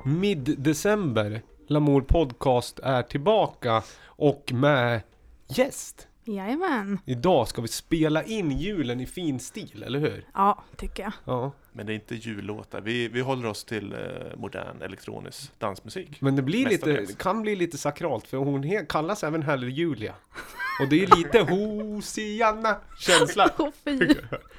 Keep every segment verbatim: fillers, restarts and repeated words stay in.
mid-december. Lamour Podcast är tillbaka och med gäst. Jajamän. Idag ska vi spela in julen i fin stil, eller hur? Ja, tycker jag. Ja. Men det är inte jullåtar. Vi, vi håller oss till eh, modern elektronisk dansmusik. Men det blir lite, kan bli lite sakralt, för hon he- kallas även heller Julia. Och det är lite Hosianna-känsla. Oh, fy.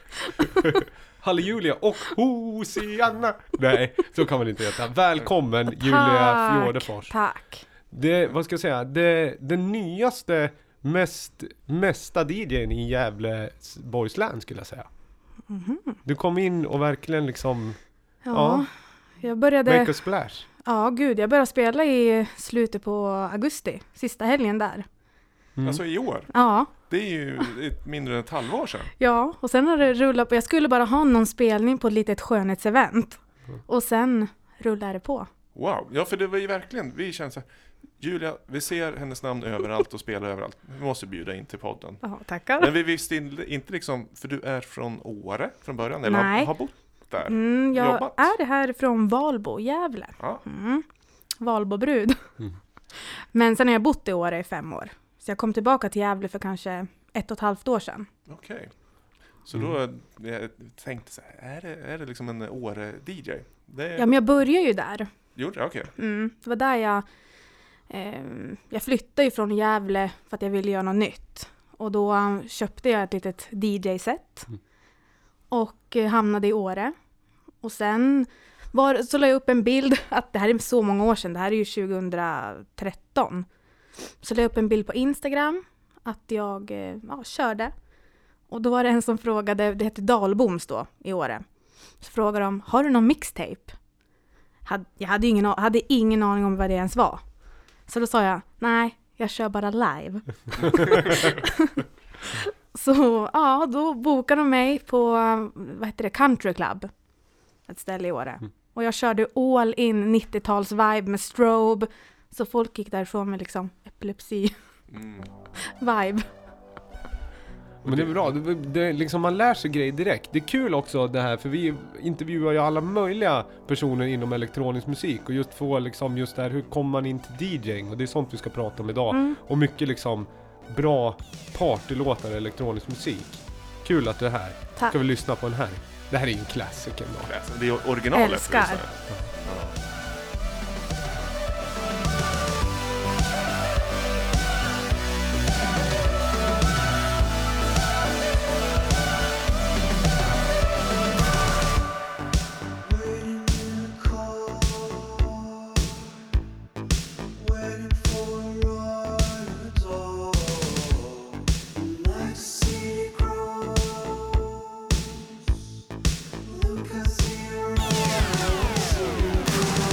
Halle Julia och Hosianna. Nej, så kan man inte heta. Välkommen Julia Fjordefors. Tack. Det, vad ska jag säga? Det, den nyaste, mest, mesta D J:n i Gävle Boys Land skulle jag säga. Mm-hmm. Du kom in och verkligen liksom... Ja, ja jag började... make a splash. Ja, gud. Jag började spela i slutet på augusti. Sista helgen där. Mm. Alltså i år? Ja. Det är ju ett mindre än ett halvår sedan. Ja, och sen har det rullat på. Jag skulle bara ha någon spelning på ett litet skönhetsevent. Mm. Och sen rullar det på. Wow, ja för det var ju verkligen, vi känner så här, Julia, vi ser hennes namn överallt och spelar överallt. Vi måste bjuda in till podden. Ja, tackar. Men vi visste inte liksom, för du är från Åre från början, eller Nej. har, har bott där? Mm, jag jobbat. är här från Valbo, Gävle. Ja. Mm. Valbobrud. Mm. Men sen har jag bott i Åre i fem år. Så jag kom tillbaka till Gävle för kanske ett och ett halvt år sedan. Okej. Okay. Så då jag tänkte så här, är det, är det liksom en Åre-D J? Det... Ja, men jag började ju där. Gjorde det? Okej. Okay. Mm, det var där jag... Eh, jag flyttade ju från Gävle för att jag ville göra något nytt. Och då um, köpte jag ett litet D J-set. Mm. Och eh, hamnade i Åre. Och sen var, så la jag upp en bild, att det här är så många år sedan, det här är ju tjugohundratretton. Så la jag upp en bild på Instagram att jag eh, ja, körde. Och då var det en som frågade, det hette Dalboms då i Åre. Så frågade de, har du någon mixtape? Jag hade ingen, hade ingen aning om vad det ens var. Så då sa jag, nej, jag kör bara live. Så ja, då bokade de mig på, vad heter det, Country Club. Ett ställe i Åre. Mm. Och jag körde all in nittio-tals vibe med strobe. Så folk gick därifrån med liksom epilepsi mm. vibe. Men det är bra, det, det, liksom man lär sig grejer direkt. Det är kul också det här, för vi intervjuar ju alla möjliga personer inom elektronisk musik. Och just få liksom just det här, hur kommer man in till DJing? Och det är sånt vi ska prata om idag. Mm. Och mycket liksom bra partylåtar elektronisk musik. Kul att du är här. Tack. Ska vi lyssna på den här? Det här är ju en klassiker. Det är originalet. Älskar. Ja. Lucas here.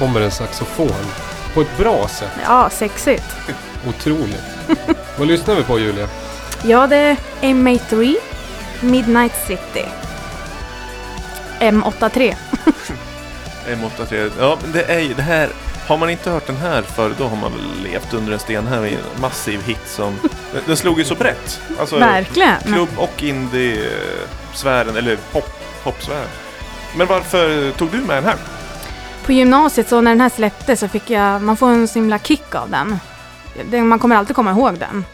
kommer en saxofon. På ett bra sätt. Ja, sexigt. Otroligt. Vad lyssnar vi på, Julia? Ja, det är M A tre, Midnight City. M åttiotre. M åttiotre. Ja, men det är ju det här. Har man inte hört den här för då har man väl levt under en sten. Här är en massiv hit som den slog ju så brett. Alltså Verkligen. klubb och indie-sfären eller pop popsfären. Men varför tog du med den här? På gymnasiet så när den här släpptes så fick jag, man får en så himla kick av den. den. Man kommer alltid komma ihåg den.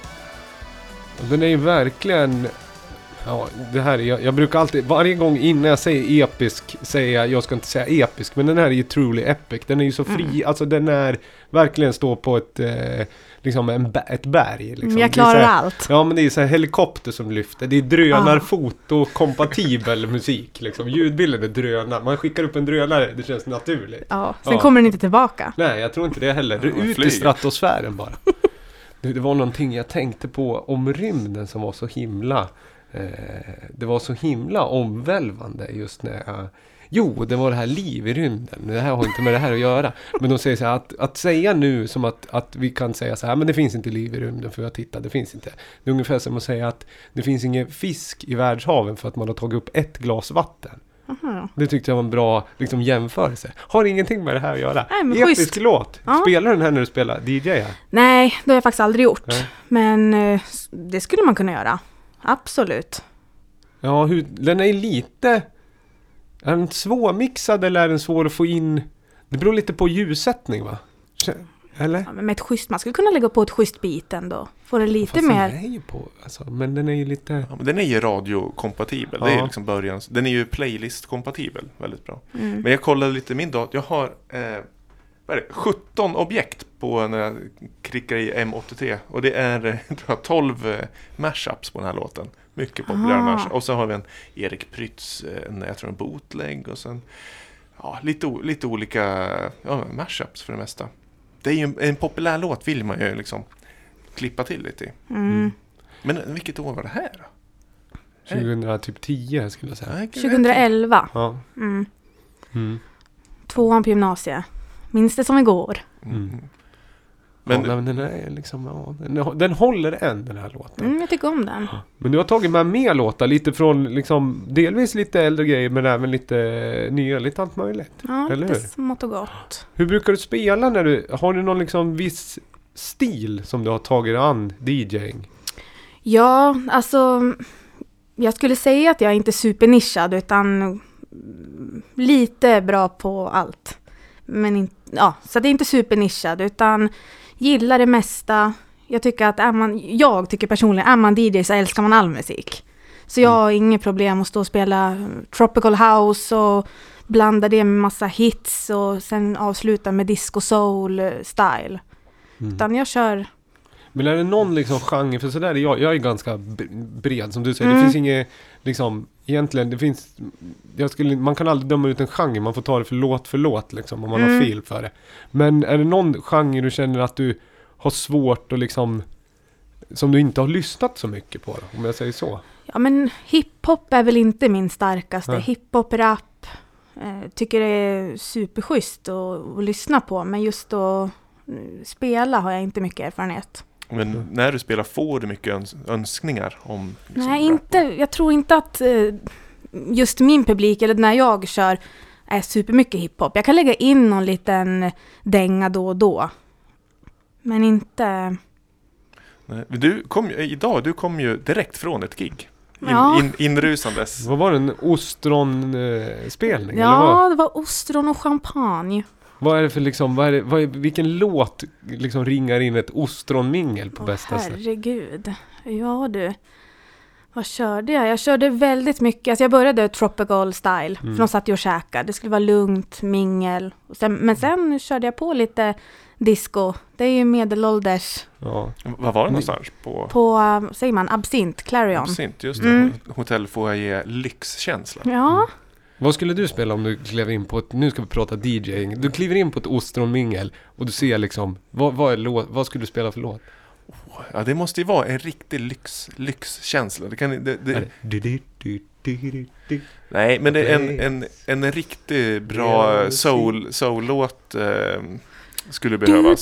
Den är ju verkligen... Ja, det här är, jag, jag brukar alltid, varje gång innan jag säger episk, säger jag, jag ska inte säga episk, men den här är ju truly epic. Den är ju så fri, mm. alltså den är verkligen står på ett, eh, liksom en, ett berg. Liksom. Jag klarar så här, allt. Ja, men det är så här helikopter som lyfter. Det är drönarfoto-kompatibel musik. Liksom. Ljudbilden är drönar. Man skickar upp en drönare, det känns naturligt. Ja, sen ja. kommer den inte tillbaka. Nej, jag tror inte det heller. Det är ut i stratosfären bara. det, det var någonting jag tänkte på om rymden som var så himla... Eh, det var så himla omvälvande just när jag... Jo, det var det här liv i rymden. Det här har inte med det här att göra. Men de säger så här, att, att säga nu som att, att vi kan säga så här, men det finns inte liv i rymden för jag tittar, det finns inte. Det är ungefär som att säga att det finns ingen fisk i världshaven för att man har tagit upp ett glas vatten. Aha. Det tyckte jag var en bra liksom, jämförelse. Har ingenting med det här att göra. Nej, men episk schysst. Låt. Ja. Spelar den här när du spelar D J här? Nej, det har jag faktiskt aldrig gjort. Nej. Men eh, det skulle man kunna göra. Absolut. Ja, hur, den är lite... Är den svårmixad eller är den svår att få in? Det beror lite på ljussättning, va? Eller? Ja, men med ett schysst, man skulle kunna lägga på ett schysst beat ändå. Få det lite Fast mer... Den är ju på, alltså, men den är ju lite... Ja, men den är ju radiokompatibel. Ja. Det är liksom början. Den är ju playlist-kompatibel. Väldigt bra. Mm. Men jag kollade lite min dator. Jag har eh, vad är det? sjutton objekt på när jag klickar i M åttiotre. Och det är eh, tror jag, tolv eh, mashups på den här låten. Mycket populära Ah. mashups. Och så har vi en Erik Prytz, en, jag tror en bootleg. Och sen ja, lite, o- lite olika ja, mashups för det mesta. Det är ju en, en populär låt vill man ju liksom klippa till lite i. Mm. Men vilket år var det här då? tjugohundratio skulle jag säga. Nej, gud, tjugohundraelva. Ja. Mm. Mm. Tvåan på gymnasiet. Minns det som igår. Mm. Mm. Men, ja, men den är liksom, ja, den, den håller än den här låten. Mm, jag tycker om den. Men du har tagit med mer låtar, lite från liksom, delvis lite äldre grejer men även lite nya, lite allt möjligt. Ja, Eller lite hur? smått och gott. Hur brukar du spela när du, har du någon liksom viss stil som du har tagit an DJing? Ja, alltså jag skulle säga att jag inte är supernischad utan lite bra på allt. Men in, ja, så det är inte supernischad utan gillar det mesta. Jag tycker att är man, jag tycker personligen, är man D J så älskar man all musik. Så jag har inget problem att stå och spela tropical house och blanda det med massa hits och sen avsluta med disco soul style. Mm. Utan jag kör... Men är det någon liksom genre, för sådär är jag, jag är ganska bred som du säger, Mm. det finns inget liksom, egentligen, det finns, jag skulle, man kan aldrig döma ut en genre, man får ta det för låt för låt liksom, om man Mm. har feel för det. Men är det någon genre du känner att du har svårt att liksom, som du inte har lyssnat så mycket på då, om jag säger så? Ja men hiphop är väl inte min starkaste. Nej. Hiphop, rap, eh, tycker det är superschysst att, att lyssna på. Men just att eh, spela har jag inte mycket erfarenhet. men när du spelar får du mycket öns- önskningar om liksom, Nej, rap inte, jag tror inte att eh, just min publik, eller när jag kör, är supermycket hiphop. Jag kan lägga in någon liten dänga då och då. Men inte... Nej, men du kom ju, idag, du kom ju direkt från ett gig. In, Ja. in, inrusandes. Vad var det, en ostron-spelning? eller vad? Ja, det var ostron och champagne. Vad är det för liksom, vad är det, vad är, vilken låt liksom ringar in ett ostronmingel på Åh, bästa sätt? herregud. Ja du. Vad körde jag? Jag körde väldigt mycket. Alltså jag började tropical style. Mm. För de satt ju och käkade. Det skulle vara lugnt, mingel. Och sen, men sen körde jag på lite disco. Det är ju medelålders. Ja. Vad var det någonstans? På, På, uh, säger man, Absint, Clarion. Absint, just det. Mm. Hotell Foyer lyxkänsla. Ja. Vad skulle du spela om du klev in på ett, nu ska vi prata DJing, du kliver in på ett ostronmingel och du ser liksom, vad, vad, är låt, vad skulle du spela för låt? Ja, det måste ju vara en riktig lyx, lyxkänsla. Det kan, det, det, Är det du, du, du, Nej, men det är en, en, en riktigt bra soul, soul-låt eh, skulle behövas.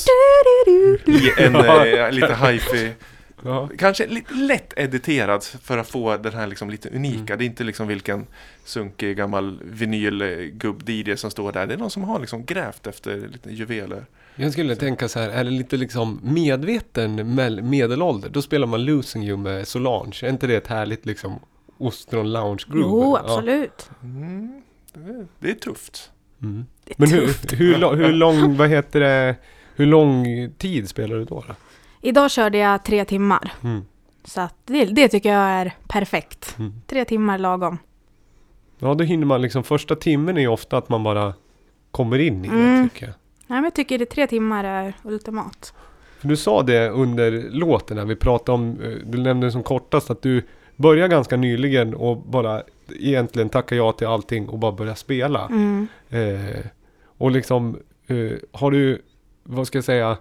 I en eh, lite hi-fi. Ja. Kanske lite lätt editerad för att få den här liksom lite unika. Mm. Det är inte liksom vilken sunkig gammal vinylgubb-D J som står där. Det är någon som har liksom grävt efter lite juveler. Jag skulle så. tänka så här, är det lite liksom medveten medelålder? Då spelar man Losing You med Solange. Är inte det ett härligt liksom ostron lounge groove? Jo, absolut. Ja. Mm, det, det är tufft. Mm. Det är Men tufft. hur, hur, hur lång, vad heter det, hur lång tid spelar du då? då? Idag körde jag tre timmar. Mm. Så att det, det tycker jag är perfekt. Mm. Tre timmar lagom. Ja, då hinner man liksom, första timmen är ju ofta att man bara kommer in i det, Mm. tycker jag. Nej, men jag tycker det tre timmar är ultimat. För du sa det under låten när vi pratade om, du nämnde som kortast att du började ganska nyligen och bara egentligen tacka ja till allting och bara börja spela. Mm. Eh, och liksom, eh, har du, vad ska jag säga,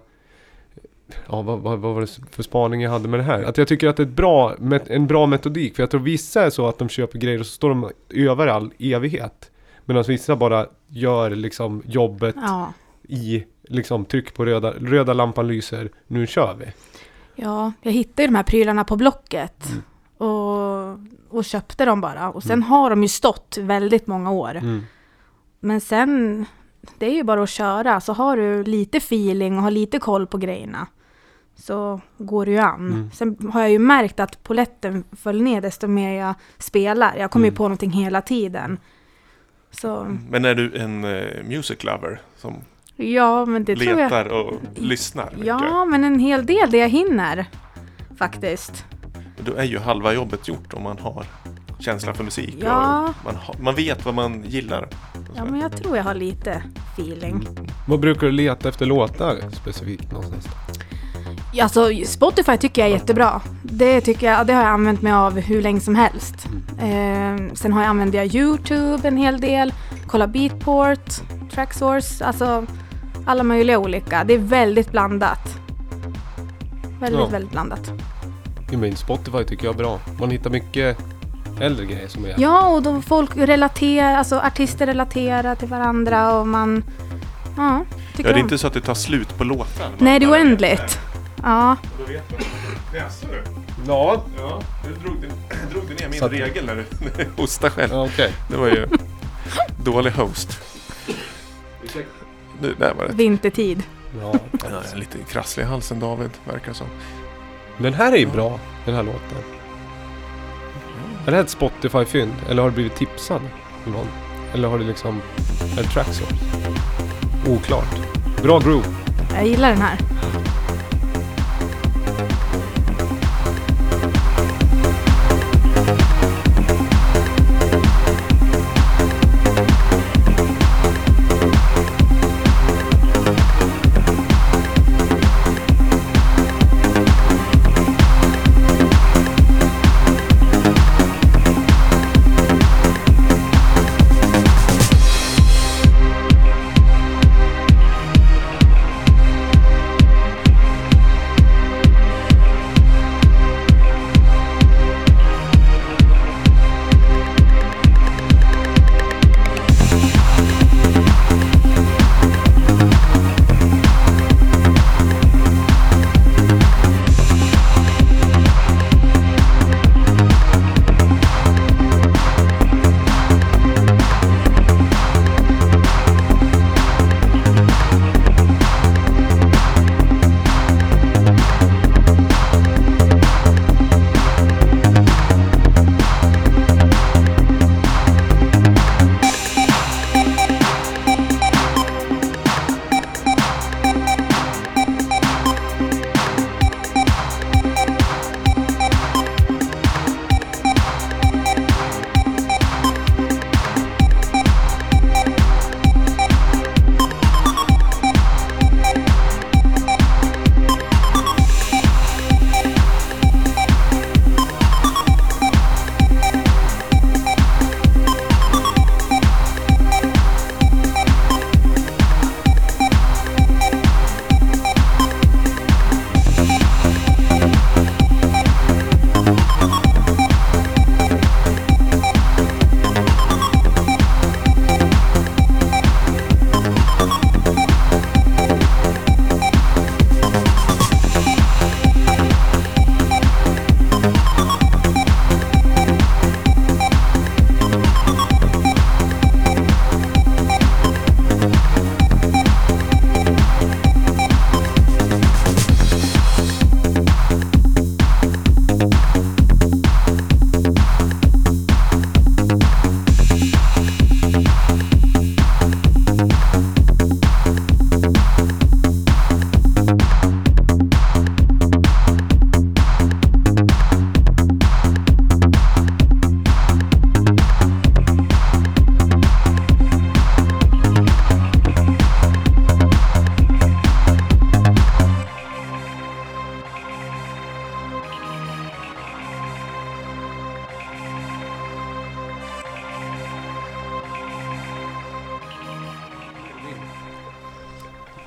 ja, vad, vad, vad var det för spaning jag hade med det här? Att jag tycker att det är ett bra, met, en bra metodik. För jag tror vissa är så att de köper grejer och så står de över all evighet. Medan vissa bara gör liksom jobbet Ja. i, liksom tryck på röda, röda lampan lyser, nu kör vi. Ja, jag hittade ju de här prylarna på Blocket. Mm. Och, och köpte dem bara. Och sen Mm. har de ju stått väldigt många år. Mm. Men sen, det är ju bara att köra. Så har du lite feeling och har lite koll på grejerna, så går det ju an. Mm. Sen har jag ju märkt att poletten föll ner desto mer jag spelar. Jag kommer Mm. ju på någonting hela tiden. Så Men är du en uh, music lover som ja, men det tror jag. letar och lyssnar mycket? Ja, men en hel del det jag hinner. Faktiskt. Då är ju halva jobbet gjort om man har känsla för musik. Ja. Och man, ha, man vet vad man gillar. Ja, men jag tror jag har lite feeling. Vad brukar du leta efter låtar specifikt någonstans? Alltså Spotify tycker jag är jättebra. Det tycker jag, det har jag använt mig av hur länge som helst. Eh, sen har jag använt jag YouTube en hel del. Kolla Beatport, Tracksource, alltså alla möjliga olika. Det är väldigt blandat. Väldigt, Ja. väldigt blandat. I min Spotify tycker jag är bra. Man hittar mycket äldre grejer som är... Ja, och då folk relaterar, alltså artister relaterar till varandra och man, ja, tycker Ja, det är om. inte så att det tar slut på låtar. Nej, det är oändligt. Ja, Och då vet man. Läser du? Ja, Ja, du drog, du, drog du ner min Så att- regel när du hostade själv. ja okej. Det var ju dålig host. Nu, där var det. vintertid. Ja. Ja, jag är lite krasslig i halsen, David, verkar som. Den här är ju bra, den här låten. Är det här ett Spotify-fynd? Eller har du blivit tipsad av någon? Eller har du liksom en tracksource? Oklart. Bra groove. Jag gillar den här.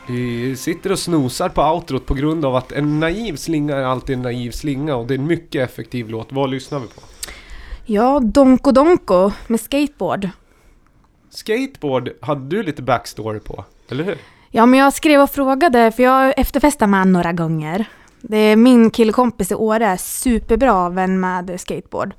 Vi sitter och snosar på outrot på grund av att en naiv slinga är alltid en naiv slinga och det är en mycket effektiv låt. Vad lyssnar vi på? Ja, Donko Donko med Skateboard. Skateboard hade du lite backstory på, eller hur? Ja, men jag skrev och frågade för jag efterfestar med han några gånger. Det är min killkompis i Åre, superbra vän med skateboard.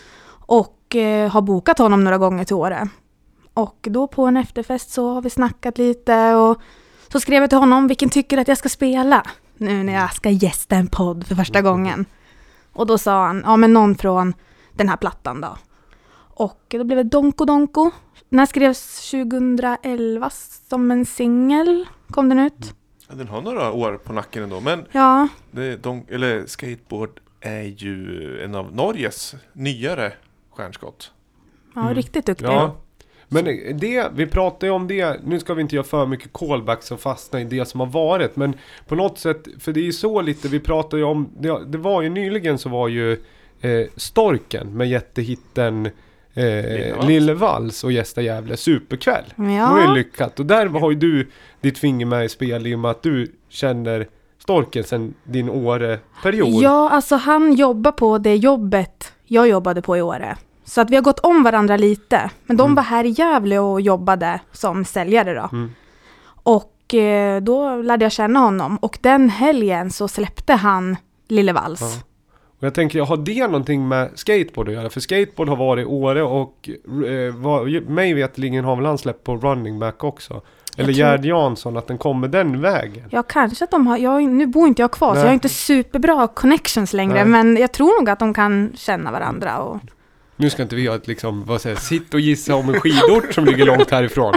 Och eh, har bokat honom några gånger till Åre. Och då på en efterfest så har vi snackat lite och så skrev jag till honom vilken tycker att jag ska spela nu när jag ska gästa en podd för första gången. Och då sa han, ja men någon från den här plattan då. Och då blev det Donko Donko. Den här skrevs tjugoelva som en singel, kom den ut. Ja, den har några år på nacken ändå, men Ja, det, de, eller Skateboard är ju en av Norges nyare stjärnskott. ja Mm. riktigt duktig. Ja. Men det, vi pratar ju om det, nu ska vi inte göra för mycket callbacks och fastna i det som har varit, men på något sätt, för det är ju så lite, vi pratar ju om, det, det var ju nyligen så var ju eh, Storken med jättehitten eh, Lillevals och Gästa Gävle superkväll. Ja. Det var ju lyckat, och där har ju du ditt finger med i spel i och med att du känner Storken sedan din Åre-period. Ja, alltså han jobbar på det jobbet jag jobbade på i Åre. Så att vi har gått om varandra lite. Men de Mm. var här i Gävle och jobbade som säljare då. Mm. Och eh, då lärde jag känna honom. Och den helgen så släppte han Lillevals. Ja. Och jag tänker, har det någonting med skateboard att göra? För skateboard har varit i Åre och eh, var, mig vetligen har väl han släppt på Running Back också. Eller tror- Gerd Jansson, att den kommer den vägen. Ja, kanske att de har... Jag, nu bor inte jag kvar Nej. så jag har inte superbra connections längre. Nej. Men jag tror nog att de kan känna varandra. Och... Nu ska inte vi ha ett liksom, vad säger, sitt och gissa om en skidort som ligger långt härifrån.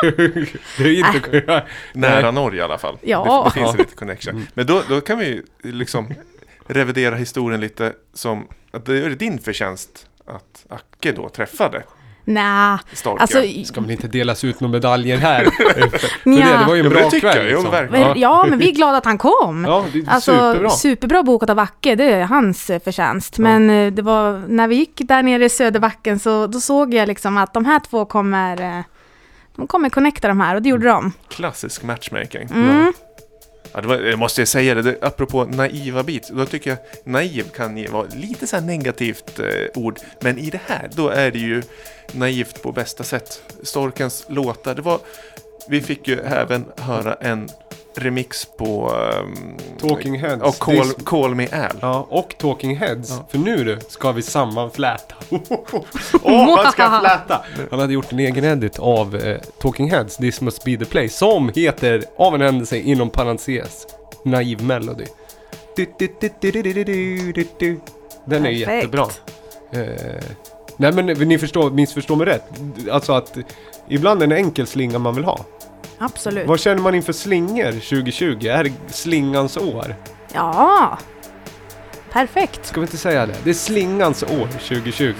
Det är inte... Nära Norge i alla fall. Ja. Det, det finns Ja. lite connection. Mm. Men då, då kan vi liksom revidera historien lite som att det är din förtjänst att Acke då träffade Nej, Storken. alltså... Ska väl inte delas ut några medaljer här? För Nja. det, det var ju en Ja, men bra det tycker kväll. jag. Jo, liksom. verkligen. Men, ja, men vi är glada att han kom. Ja, det är Alltså superbra. superbra bokat av Acke, det är hans eh, förtjänst. Ja. Men eh, det var, när vi gick där nere i Söderbacken så då såg jag liksom att de här två kommer, eh, de kommer connecta de här och det gjorde de. Klassisk matchmaking. Mm. Ja, det var, jag måste säga det, det, apropå naiva beats, då tycker jag naiv kan ju vara lite så här negativt eh, ord, men i det här, då är det ju naivt på bästa sätt. Storkens låtar, det var, vi fick ju även höra en remix på um, Talking Heads. och call, This- call Me Al. Ja, och Talking Heads. Ja. För nu du, ska vi sammanfläta. Åh, man ska fläta! Han hade gjort en egen edit av eh, Talking Heads, This Must Be The Place, som heter, av en händelse inom parentes, Naiv Melody. Du, du, du, du, du, du, du, du, du. Den är ju Perfekt. jättebra. Eh, nej men ni förstår, missförstår mig rätt. Alltså att ibland är det en enkel slinga man vill ha. Absolut. Vad känner man inför slingor tjugo tjugo? Är det slingans år? Ja, perfekt. Ska vi inte säga det? Det är slingans år tjugo tjugo.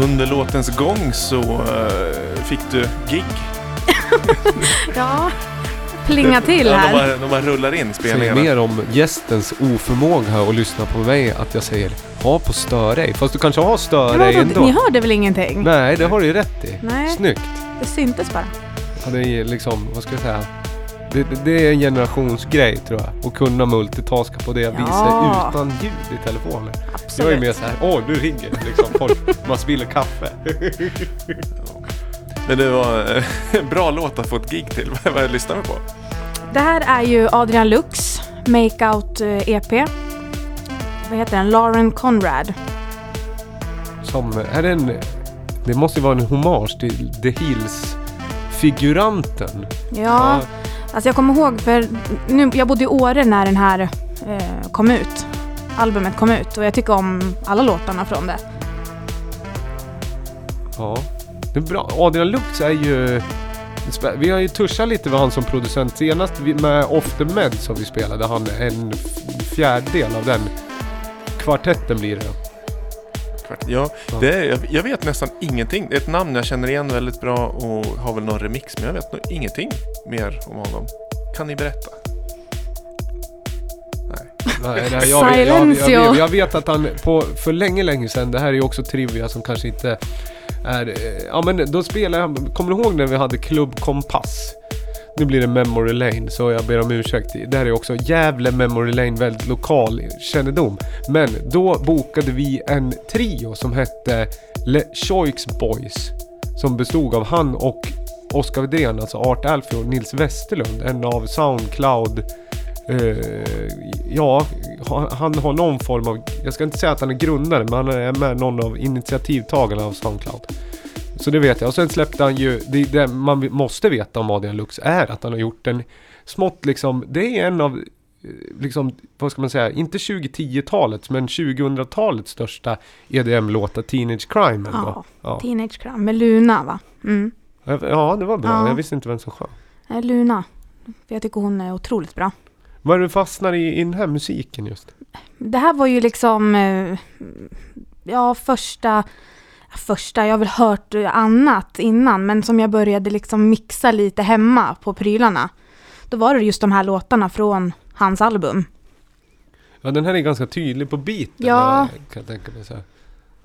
under låtens gång så uh, fick du gig. Ja, plinga till ja, här. De bara, de bara rullar in spelningarna. Säg mer om gästens oförmåga här och lyssna på mig att jag säger ha på störej. Fast du kanske har störej ändå. Ni hörde väl ingenting? Nej, det har du ju rätt i. Nej. Snyggt. Det syntes bara. Ja, det är liksom, vad ska jag säga? Det, det, det är en generationsgrej tror jag. Att kunna multitaska på det jag visar Ja. utan ljud i telefonen. Absolut. Jag är mer så här, åh du ringer liksom. Folk, man spiller kaffe. Men det var en bra låt att få ett gig till. Vad lyssnar vi på? Det här är ju Adrian Lux Makeout eh, E P. Vad heter den? Lauren Conrad. Som, är det en, det måste ju vara en hommage till The Hills-figuranten. Ja, alltså jag kommer ihåg för nu, jag bodde i Åre när den här eh, kom ut. Albumet kom ut och jag tycker om alla låtarna från det. Ja, det är bra. Adrian Lux är ju... Vi har ju tuschat lite med han som producent. Senast med Off the Med som vi spelade han en fjärdedel av den kvartetten blir det. Ja, det är, jag, jag vet nästan ingenting. Det är ett namn jag känner igen väldigt bra och har väl någon remix, men jag vet nog ingenting mer om honom. Kan ni berätta? Nej. Nej, nej, jag, vet, jag, jag, jag, vet, jag vet att han på, för länge, länge sedan, det här är ju också trivia som kanske inte är... Ja, men då spelar jag... Kommer du ihåg när vi hade Club Kompass? Nu blir det Memory Lane, så jag ber om ursäkt. Det här är också Gävle Memory Lane, väldigt lokal kännedom. Men då bokade vi en trio som hette Le Choix Boys, som bestod av han och Oskar Wedén, alltså Art Alfie och Nils Westerlund, en av Soundcloud. Uh, ja, han har någon form av, jag ska inte säga att han är grundare, men han är med någon av initiativtagarna av Soundcloud. Så det vet jag. Och sen släppte han ju, det, det man måste veta om Adrian Lux är att han har gjort en smått liksom, det är en av liksom, vad ska man säga, inte tjugo-tio-talets men tjugohundratalets största E D M-låtar, Teenage Crime. Ja, ja, Teenage Crime med Luna va? Mm. Ja, det var bra. Ja. Jag visste inte vem som sjöng. Nej, Luna. Jag tycker hon är otroligt bra. Vad är det du fastnar i, i den här musiken just? Det här var ju liksom eh, ja, första första, jag har väl hört annat innan, men som jag började liksom mixa lite hemma på prylarna. Då var det just de här låtarna från hans album. Ja, den här är ganska tydlig på beaten. Ja. Kan jag tänka mig så här.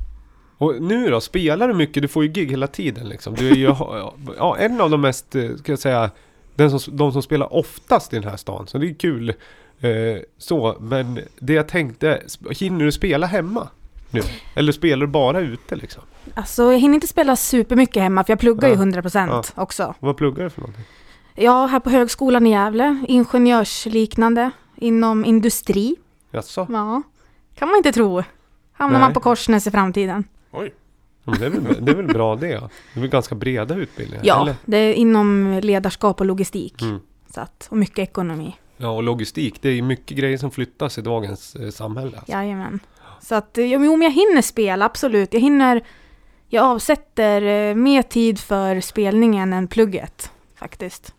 Och nu då, spelar du mycket? Du får ju gig hela tiden liksom. Du är ju ja, en av de mest, ska jag säga, den som, de som spelar oftast i den här stan. Så det är kul. Eh, så, men det jag tänkte, hinner du spela hemma nu? Eller spelar du bara ute liksom? Alltså jag hinner inte spela supermycket hemma för jag pluggar Ja. ju hundra procent Ja. också. Vad pluggar du för någonting? Ja, här på högskolan i Gävle, ingenjörsliknande inom industri. Jaså? Ja, kan man inte tro. Hamnar Nej. man på Korsnäs i framtiden. Oj. Ja, men det, är väl, det är väl bra det. Ja. Det är väl ganska breda utbildningar? Ja, eller? det är inom ledarskap och logistik. Mm. Så att, och mycket ekonomi. Ja, och logistik. Det är ju mycket grejer som flyttas i dagens eh, samhälle. Alltså. Jajamän. Så att, jo men jag hinner spela, absolut. Jag hinner, jag avsätter eh, mer tid för spelningen än plugget, faktiskt.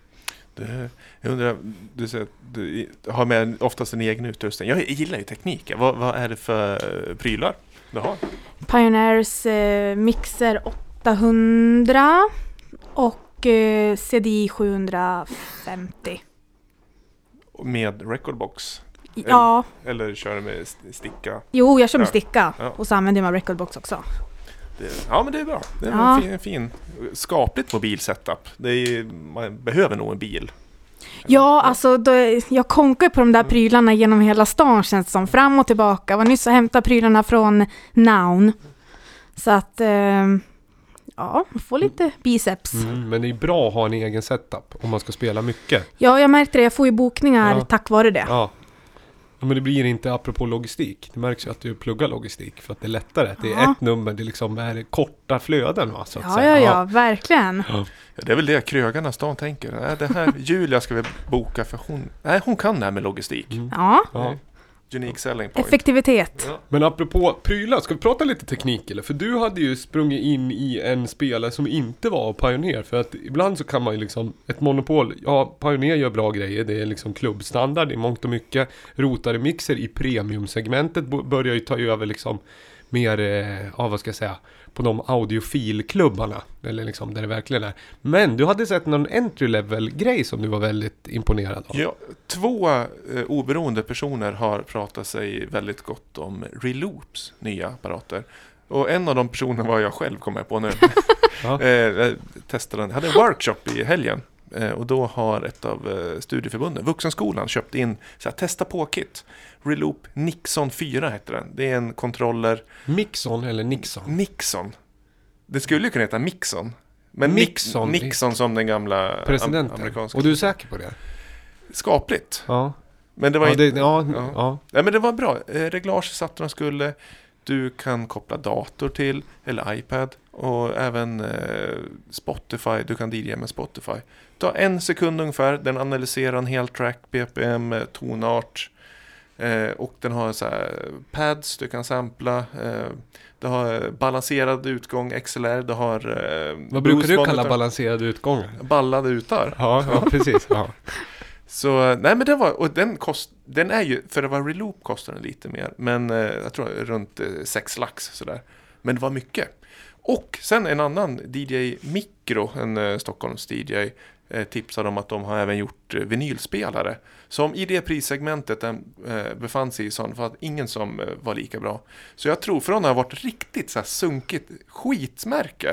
Det, jag undrar, du säger att du har med oftast en egen utrustning. Jag gillar ju tekniken. Vad, vad är det för prylar du har? Pioneers eh, Mixer åttahundra och eh, C D I sjuhundrafemtio. Med recordbox? Ja, Eller kör du med st- sticka? jo jag kör med Ja. sticka Ja. och så använder jag recordbox också. Det, ja, men det är bra. Det är Ja. en fin, fin, skapligt mobil setup. Det är, man behöver nog en bil. Ja, alltså då, jag konkar på de där prylarna genom hela stan känns det som, fram och tillbaka. Jag var nyss och hämtade prylarna från Noun. Så att, eh, ja, man får lite biceps. Mm, men det är bra att ha en egen setup om man ska spela mycket. Ja, jag märkte det. Jag får ju bokningar Ja. tack vare det. Ja. Ja, men det blir inte apropå logistik. Det märks ju att du pluggar logistik för att det är lättare. Det är Ja. ett nummer, det liksom är korta flöden va, så att Ja, säga. ja, ja, verkligen. Ja. Ja, det är väl det krögarna stan tänker. Nej, det här Julia ska vi boka för hon, nej, hon kan det här med logistik. Mm. Ja, Ja. Unique selling point. effektivitet. Ja. Men apropå prylar, ska vi prata lite teknik eller? För du hade ju sprungit in i en spelare som inte var Pioneer. För att ibland så kan man ju liksom, ett monopol, ja Pioneer gör bra grejer, det är liksom klubbstandard i mångt och mycket. Rotare mixer i premiumsegmentet b- börjar ju ta över liksom mer, eh, ja vad ska jag säga, på de audiofilklubbarna. Eller liksom där det verkligen är. Men du hade sett någon entry-level-grej som du var väldigt imponerad av. Ja, två eh, oberoende personer har pratat sig väldigt gott om Reloops nya apparater. Och en av de personerna var jag själv, kommer jag på nu. Ja. eh, jag testade den. Jag hade en workshop i helgen. Eh, och då har ett av eh, studieförbunden, Vuxenskolan, köpt in så här, testa på-kit. Reloop Nixon fyra heter den. Det är en kontroller. Mixon eller Nixon? Nixon. Det skulle ju kunna heta Mixon. Men Mixon. Nixon, Nixon som den gamla presidenten. am- amerikanska. Och du är säker på det? Skapligt. Ja. Men det var Ja, inte... det, ja, Ja. ja. Nej, men det var bra. Eh, reglage satt de skulle. Du kan koppla dator till, eller iPad. Och även eh, Spotify. Du kan D J med Spotify. Ta en sekund ungefär. Den analyserar en hel track, B P M, tonart. Eh, och den har så här pads du kan sampla. Eh, du har balanserad utgång, X L R. Du har... Eh, Vad brukar du boost kalla monitor. balanserade utgångar? Ballade utar. Ja, ja precis. Ja. Så nej, men det var, och den kost, den är ju, för det var Reloop kostar den lite mer, men eh, jag tror runt eh, sex lax sådär. Men det var mycket. Och sen en annan D J Mikro, en eh, Stockholms D J, eh, tipsade om att de har även gjort eh, vinylspelare. Som i det prissegmentet den eh, befann sig i sån, för att ingen som eh, var lika bra. Så jag tror, från att ha varit riktigt så här sunkigt skitmärke,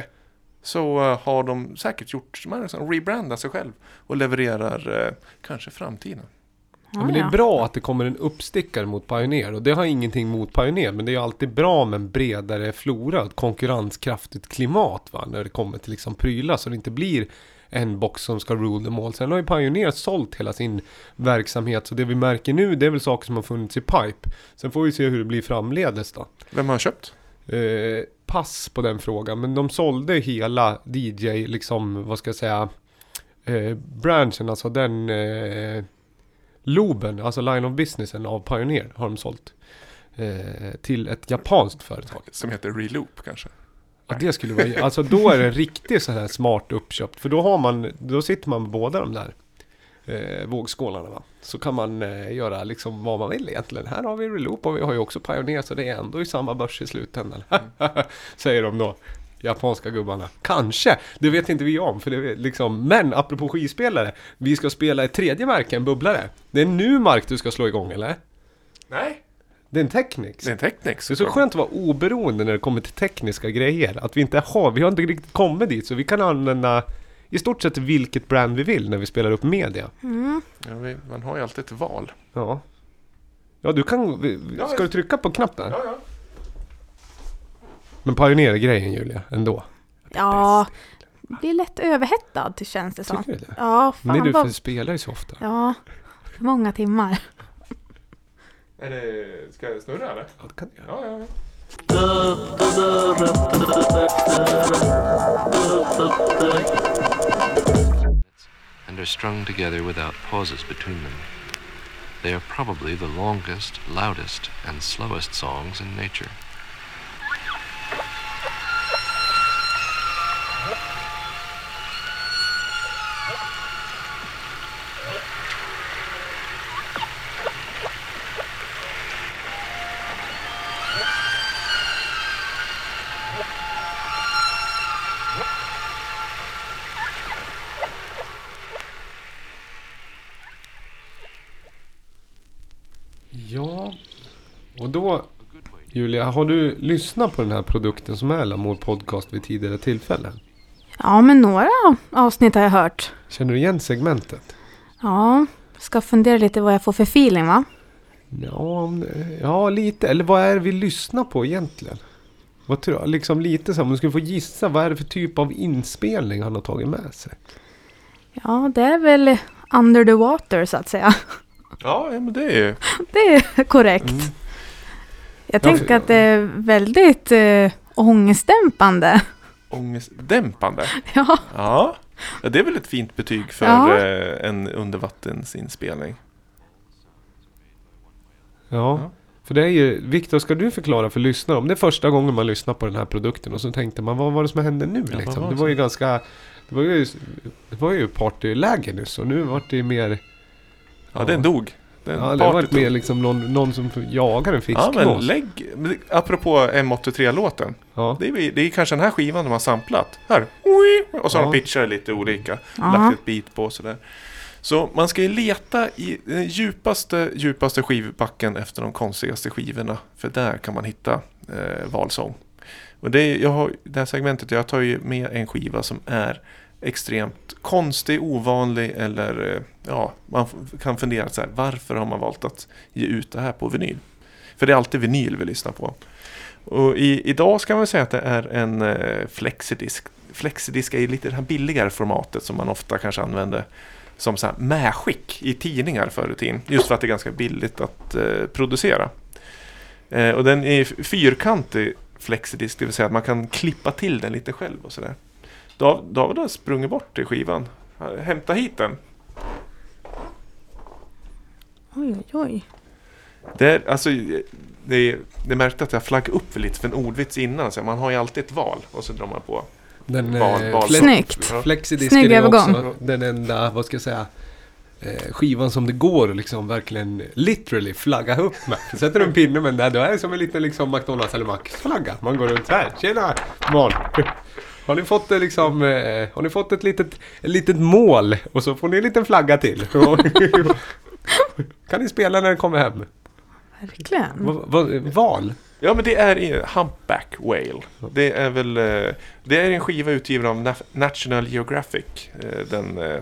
så uh, har de säkert gjort, som är som rebrandar sig själv och levererar uh, kanske framtiden. Ja, men det är bra att det kommer en uppstickare mot Pioneer, och det har ingenting mot Pioneer, men det är alltid bra med en bredare flora, ett konkurrenskraftigt klimat, va? När det kommer till liksom prylar, så det inte blir en box som ska rule them all. Sen har ju Pioneer sålt hela sin verksamhet, så det vi märker nu, det är väl saker som har funnits i pipe. Sen får vi se hur det blir framledes då. Vem har köpt? Eh, pass på den frågan, men de sålde hela D J, liksom, vad ska jag säga, eh, branchen, alltså den eh, loben, alltså line of businessen av Pioneer har de sålt eh, till ett japanskt företag. Som heter Reloop kanske? Ja, det skulle vara, alltså då är det riktigt så här smart uppköpt, för då har man, då sitter man med båda de där eh, vågskålarna, va? Så kan man eh, göra liksom vad man vill egentligen. Här har vi Reloop och vi har ju också Pioneer, så det är ändå i samma börs i slutändan. Säger de då, japanska gubbarna. Kanske, det vet inte vi om, för det är liksom, men apropå skivspelare, vi ska spela ett tredje märke, en bubblare. Det är nu Mark du ska slå igång, eller? Nej. Det är en Technics. Det är en Technics. Det är så skönt att vara oberoende när det kommer till tekniska grejer. Att vi inte har, vi har inte riktigt kommit dit, så vi kan använda i stort sett vilket brand vi vill när vi spelar upp media. Mm. Ja, vi, man har ju alltid ett val. Ja. Ja, du kan, vi- Ja, ska du trycka på knappen? Ja, ja. Men Pioneer-grejen, Julia, ändå. Ja, det blir lätt överhettad, det känns det som. Tycker du det? Ja, Men det är fan du, för vad... du spelar ju så ofta. Ja, för många timmar. Är det, ska jag snurra eller? Ja, det kan jag. Ja, ja, ja. And are strung together without pauses between them. They are probably the longest, loudest, and slowest songs in nature. Ja, och då, Julia, har du lyssnat på den här produkten som är Lamour Podcast vid tidigare tillfällen? Ja, men några avsnitt har jag hört. Känner du igen segmentet? Ja, ska fundera lite vad jag får för feeling, va? Ja, om det- ja, lite. Eller vad är det vi lyssnar på egentligen? Vad tror jag? Liksom lite så, om du skulle få gissa, vad är det för typ av inspelning han har tagit med sig? Ja, det är väl under the water, så att säga. Ja, men det är ju... Det är korrekt. Mm. Jag Ja, tänker för- att det är väldigt eh, ångestdämpande. ångestdämpande. Ja, Ja. Ja, det är väl ett fint betyg för Ja. eh, en undervattensinspelning. Ja, Ja. för det är ju, Viktor, ska du förklara för lyssnare om det är första gången man lyssnar på den här produkten och så tänkte man, vad var det som hände nu vad liksom? var Det det var ju som- ganska, det var ju, det var ju partyläge nu, så nu var det mer... Ja, den dog. Det är en Ja, det har varit partytool. mer liksom någon, någon som jagar en Ja, fiskmås. men lägg, apropå M åttiotre-låten. Ja. Det är, det är kanske den här skivan de har samplat. Här. Och så har Ja. de pitchat lite olika. Aha. Lagt ett beat på och sådär. Så man ska ju leta i den djupaste, djupaste skivbacken efter de konstigaste skivorna. För där kan man hitta eh, valsång. Och det, är, jag har, det här segmentet, jag tar ju med en skiva som är extremt konstig, ovanlig eller eh, ja, man f- kan fundera så här, varför har man valt att ge ut det här på vinyl? För det är alltid vinyl vi lyssnar på. Och i, idag ska man säga att det är en eh, flexidisk. Flexidisk är ju lite det här billigare formatet som man ofta kanske använder som så här medskick i tidningar förr i tiden. Just för att det är ganska billigt att eh, producera. Eh, och den är fyrkantig flexidisk, det vill säga att man kan klippa till den lite själv och sådär. Dav, David har sprungit bort i skivan. Hämta hit den. Oj, oj, oj. Det är, alltså, det, det märkte att jag flaggade upp lite för en ordvits innan. Så man har ju alltid ett val och så drar man på. Den, Val- eh, val- flex- Snyggt. Ja. Flexidisken Snygg är övergång. också den enda, vad ska jag säga, eh, skivan som det går att liksom verkligen literally flagga upp med. Så sätter du en pinne med den där, då är det som en liten liksom McDonalds eller Max flagga. Man går runt här, tjena barn. Har ni fått det liksom, eh, har ni fått ett litet, ett litet mål och så får ni en liten flagga till. Kan ni spela när ni kommer hem? Verkligen. Va, va, val? Ja, men det är i Humpback Whale. Det är väl eh, det är en skiva utgiven av Na- National Geographic, eh, den eh,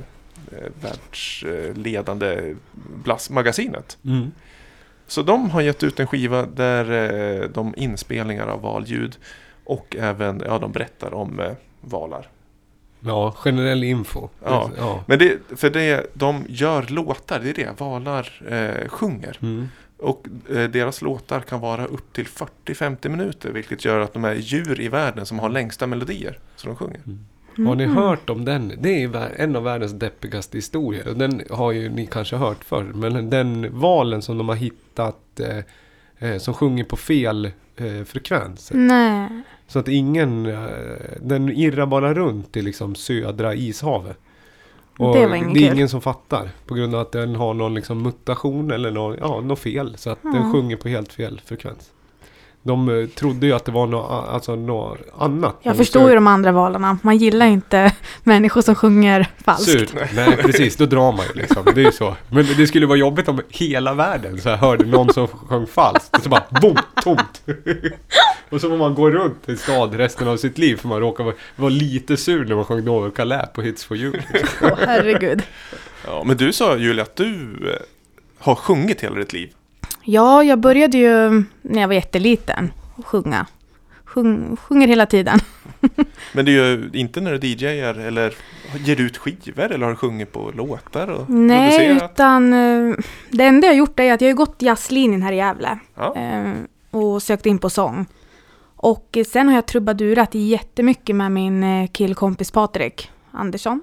världsledande magasinet. Mm. Så de har gett ut en skiva där eh, de inspelningar av valljud och även, ja, de berättar om eh, valar. Ja, generell info. Ja. ja. Men det, för det, de gör låtar, det är det, valar eh, sjunger. Mm. Och eh, deras låtar kan vara upp till fyrtio till femtio minuter, vilket gör att de är djur i världen som har längsta melodier som de sjunger. Har ni Mm. hört om den? Det är vär- en av världens deppigaste historier. Och den har ju ni kanske hört förr. Men den valen som de har hittat eh, eh, som sjunger på fel eh, frekvenser. Nej. Så att ingen, eh, den irrar bara runt i liksom södra ishavet. Och Det var ingen det är kul. ingen som fattar. På grund av att den har någon liksom mutation eller någon, ja, något fel. Så att den Ja. sjunger på helt fel frekvens. De eh, trodde ju att det var något, a- alltså något annat. Jag Men förstår så- ju de andra valarna. Man gillar inte människor som sjunger falskt. Surt. Nej, precis. Då drar man ju liksom. Det är ju så. Men det skulle vara jobbigt om hela världen så här hörde någon som sjöng falskt. Och så bara, boom, tomt. Och så får man gå runt i stad resten av sitt liv. För man råkar vara, vara lite sur när man sjöng Novel Calais på Hits for You. Åh, herregud. Ja, men du sa, Julia, att du eh, har sjungit hela ditt liv. Ja, jag började ju när jag var jätteliten att sjunga. Sjung, sjunger hela tiden. Men det är ju inte när du D J:ar eller ger ut skivor eller har sjungit på låtar och Nej, producerat. utan eh, det enda jag har gjort är att jag har gått jazzlinjen här i Gävle. Ja. eh, och sökt in på sång. Och eh, sen har jag trubadurat jättemycket med min eh, killkompis Patrik Andersson.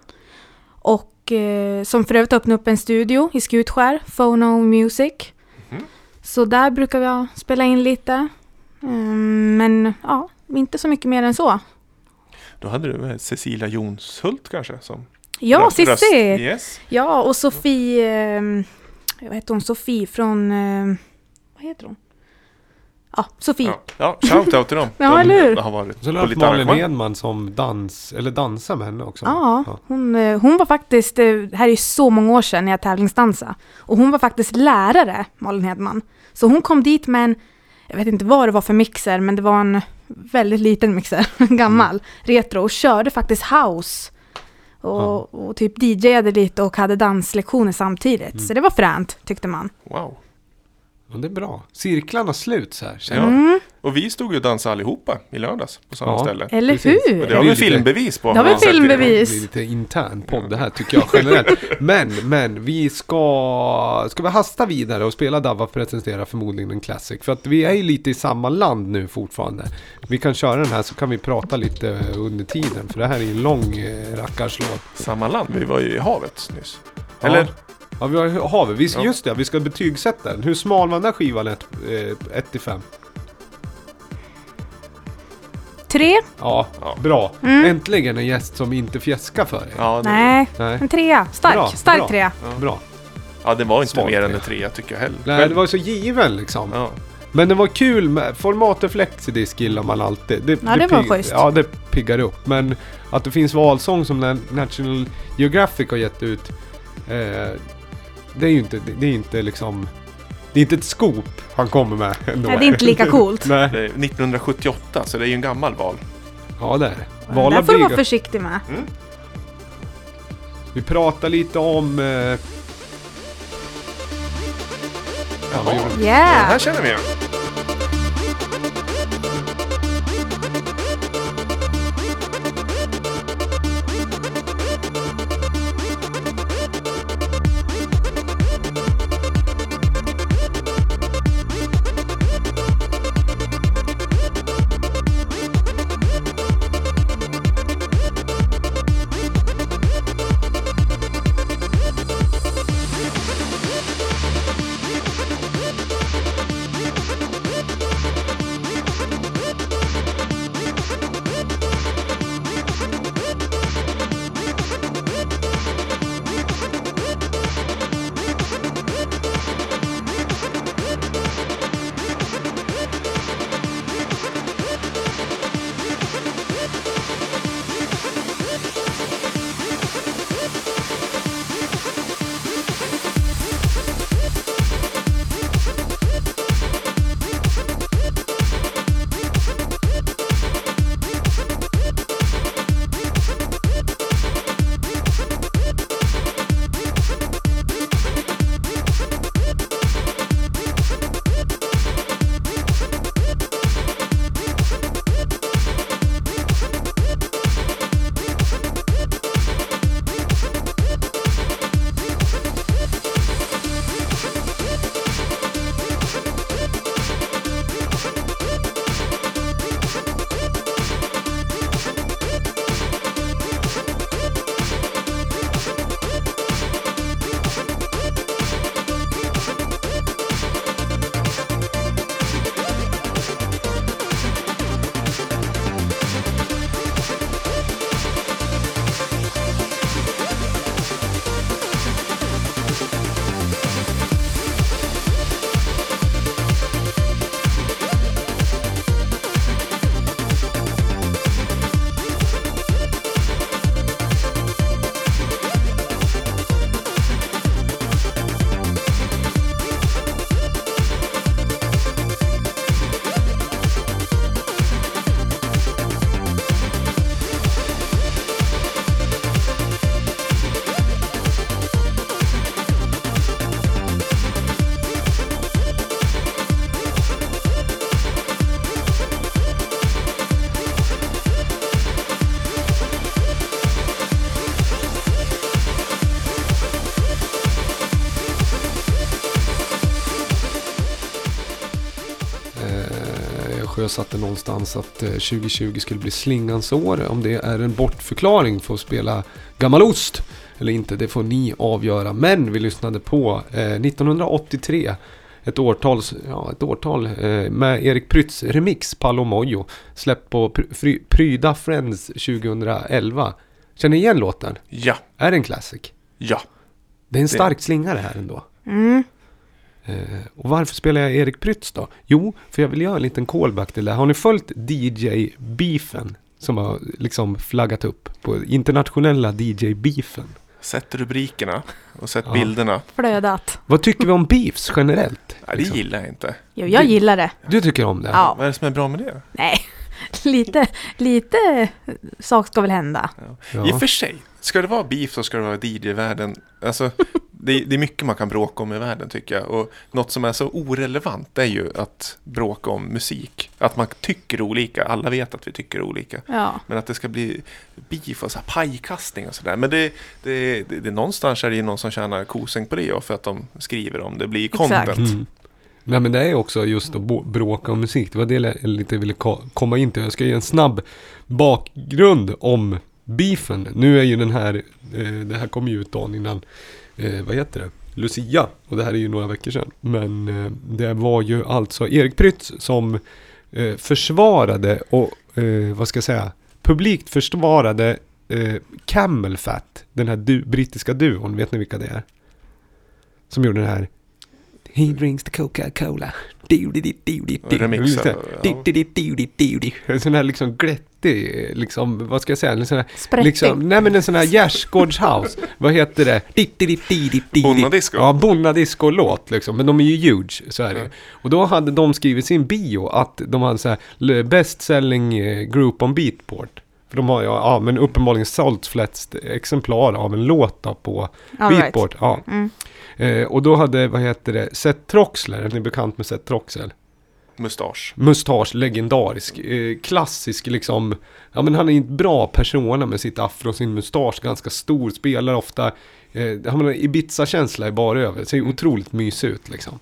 Och eh, som för övrigt öppnade upp en studio i Skutskär, Phono Music. Mhm. Så där brukar jag spela in lite. Mm, men ja, inte så mycket mer än så. Då hade du med Cecilia Jonshult kanske som Ja, röst- röst- Cissi! Yes. Ja, och Sofie, eh, vad heter hon? Sofie från, eh, vad heter hon? Ja, Sofie. Ja, ja, shout out till dem. Ja, De eller hur? har varit Så har på du lite Malin arrangemang. Hedman som dans, eller dansar med henne också. Ja, hon, eh, hon var faktiskt, eh, här är ju så många år sedan när jag tävlingsdansade. Och hon var faktiskt lärare, Malin Hedman. Så hon kom dit med en, jag vet inte vad det var för mixer, men det var en väldigt liten mixer, en gammal, retro, och körde faktiskt house. Och, Ja. och typ D J:ade lite och hade danslektioner samtidigt. Mm. Så det var fränt, tyckte man. Wow. Ja, det är bra. Cirklarna sluts här. Ja. Ja. Mm, Och vi stod ju och dansade allihopa i lördags på samma Ja. ställe. eller Precis. Och hur? det har vi Det är lite- filmbevis på. Det har vi Ja, sett filmbevis. Det blir lite intern podd det här tycker jag generellt. Men, men vi ska, ska vi hasta vidare och spela Dava presenterar förmodligen en classic. För att vi är ju lite i samma land nu fortfarande. Vi kan köra den här så kan vi prata lite under tiden. För det här är ju en lång eh, rackarslåt. Samma land. Vi var ju i havet nyss. Eller? Ja, vi har havet. Vi ska, Ja. Just det, vi ska betygsätta den. Hur smal var den där skivan ett till fem? Tre? Ja, Ja. bra. Mm. Äntligen en gäst som inte fjäskar för dig. Ja, det, Nej, Nej. en trea. Stark, Bra, stark bra. trea. Ja. Bra. Ja, det var inte Svag mer än trea. en trea tycker jag heller. Nej, det var så given liksom. Ja. Men det var kul med formatet Flexidisk gillar man alltid. Det, Ja, det var pigg- schysst. Ja, det piggar upp. Men att det finns valsång som Na- National Geographic har gett ut, eh, det är ju inte, det är inte liksom, det är inte ett scoop han kommer med ändå. Nej, det är inte lika coolt. Nej. Det är nittonhundrasjuttioåtta, så det är ju en gammal val. Ja, det är det. Där Vala får du vara blir- försiktig med. Mm. Vi pratar lite om... Eh, ja, vad gjorde vi? Den här Yeah! känner vi igen. sjösatte någonstans att eh, tjugo tjugo skulle bli slingans år. Om det är en bortförklaring för att spela gammal ost eller inte, det får ni avgöra. Men vi lyssnade på eh, nittonhundraåttiotre, ett årtal, ja, ett årtal eh, med Erik Prytz remix Palo Mojo, släppt på Pry- Fry- Pryda Friends tjugoelva. Känner ni igen låten? Ja, Är det en classic? ja. Det är en stark slingare här ändå. Mm. Eh, och varför spelar jag Erik Prytz då? Jo, för jag vill göra en liten callback till det. Har ni följt D J-beefen som har liksom flaggat upp på internationella D J-beefen? Sett rubrikerna och sett Ja. bilderna. Flödat. Vad tycker vi om beefs generellt? Nej, det liksom? gillar jag inte. Jo, jag Det- gillar det. Du tycker om det? Ja. Vad är det som är bra med det? Nej, lite, lite sak ska väl hända. Ja. I och för sig, ska det vara beef så ska det vara D J-världen. Alltså, det, det är mycket man kan bråka om i världen tycker jag. Och något som är så orelevant är ju att bråka om musik. Att man tycker olika. Alla vet att vi tycker olika. Ja, Men att det ska bli beef och så här pajkastning och sådär. Men det, det, det, det, någonstans är det ju någon som tjänar kosing på det. Och för att de skriver om det blir content. Exakt. Mm. Nej, men det är också just att bo- bråka om musik. Det var det jag lite ville ko- komma in till. Jag ska ge en snabb bakgrund om beefen. Nu är ju den här, eh, det här kom ju ut dagen innan, eh, vad heter det? Lucia. Och det här är ju några veckor sedan. Men eh, det var ju alltså Erik Prytz som eh, försvarade och, eh, vad ska jag säga, publikt försvarade eh, Camel Fat. Den här du- brittiska duon. Vet ni vilka det är? som gjorde den här He drinks the Coca-Cola. Remixar, ja. En sån här liksom glättig, liksom, vad ska jag säga? En sån här, Sprättig. liksom, nej men en sån här gärdsgårdshouse. Vad heter det? Bonnadisco. Ja, Bonnadisco-låt liksom. Men de är ju huge, så är det. Ja. Och då hade de skrivit sin bio att de hade så här best selling group on Beatport. För de har ju, ja men uppenbarligen sålt flest exemplar av en låt då på All right. Beatport. Ja. Mm. Eh, och då hade, vad heter det, Seth Troxler, är ni bekant med Seth Troxler? Mustasch. Mustasch, legendarisk, eh, klassisk liksom, ja men han är en bra persona med sitt afro och sin mustasch, ganska stor, spelar ofta, eh, han har en Ibiza-känsla i bara över, ser otroligt mysig ut liksom.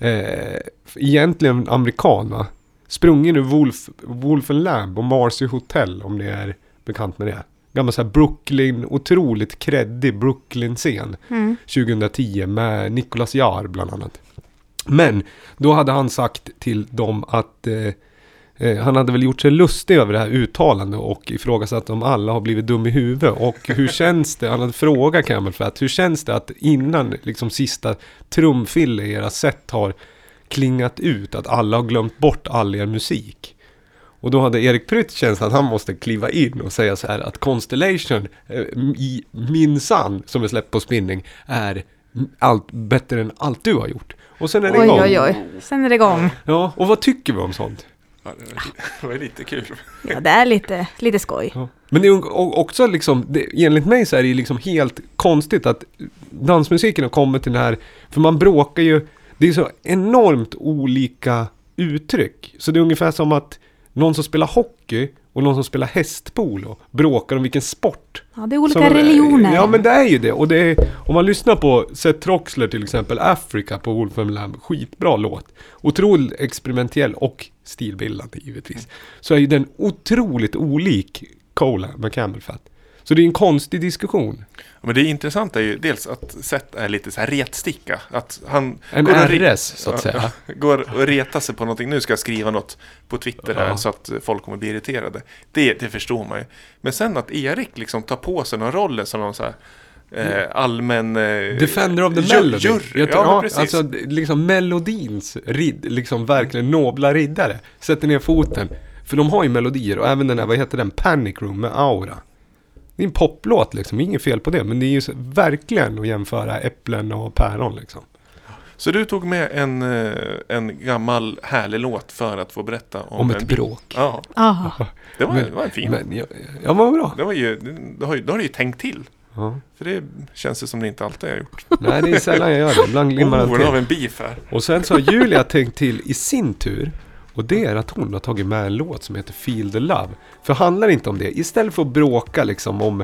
Eh, egentligen amerikan va? Sprungen ur Wolf, Wolf and Lamb och Marcy Hotel, om ni är bekant med det. Gammal så här Brooklyn, otroligt kreddig Brooklyn-scen Mm. tjugohundratio med Nicolas Jaar bland annat. Men då hade han sagt till dem att eh, eh, han hade väl gjort sig lustig över det här uttalandet och ifrågasatt om alla har blivit dum i huvudet. Och hur känns det, han hade frågat Camel Fat, hur känns det att innan liksom sista trumfille i era set har klingat ut, att alla har glömt bort all er musik? Och då hade Erik Prytz känt att han måste kliva in och säga så här att Constellation eh, i minsann som är släppt på spinning är allt bättre än allt du har gjort. Och sen är det Oj, igång. oj, oj. Sen är det igång. Ja, och vad tycker vi om sånt? Ja, det var lite kul. Ja, det är lite, lite skoj. Ja. Men det är ju också liksom, det, enligt mig så är det liksom helt konstigt att dansmusiken har kommit till den här, för man bråkar ju, det är så enormt olika uttryck. Så det är ungefär som att någon som spelar hockey och någon som spelar hästpolo bråkar om vilken sport. Ja, det är olika Som, religioner. Ja, men det är ju det. Och det är, om man lyssnar på Seth Troxler till exempel, Africa på Wolf and Lamb, skitbra låt. Otroligt experimentell och stilbildande givetvis. Så är ju den otroligt olik Cola med Camel Fat. Så det är en konstig diskussion. Men det intressanta är ju dels att Seth är lite så här retsticka. Att han En går och R re- S så att säga. Ja, går och retar sig på någonting. Nu ska jag skriva något på Twitter här Ja. så att folk kommer bli irriterade. Det, det förstår man ju. Men sen att Erik liksom tar på sig någon roll som någon så här eh, allmän... Eh, Defender of the ju- Melody. Jury. Jag Ja, tror- men ja, precis. alltså liksom melodins ridd, liksom verkligen nobla riddare. Sätter ner foten. För de har ju melodier och även den här, vad heter den? Panic Room med Aura. Det är en poplåt liksom, inget fel på det. Men det är ju så, verkligen att jämföra äpplen och päron liksom. Så du tog med en, eh, en gammal härlig låt för att få berätta om, Om en ett bi- bråk. Ja, Aha. det var, Men- det var en fin. Men, ja, ja, vad bra. Det var ju, det har ju, då har du ju tänkt till. Ja. För det känns det som det inte alltid har gjort. Nej, det är sällan jag gör det. Ibland glimmar Oh, den nu har till. vi en beef här. Och sen så har Julia tänkt till i sin tur. Och det är att hon har tagit med en låt som heter Feel the Love. För handlar inte om det. Istället för att bråka liksom om,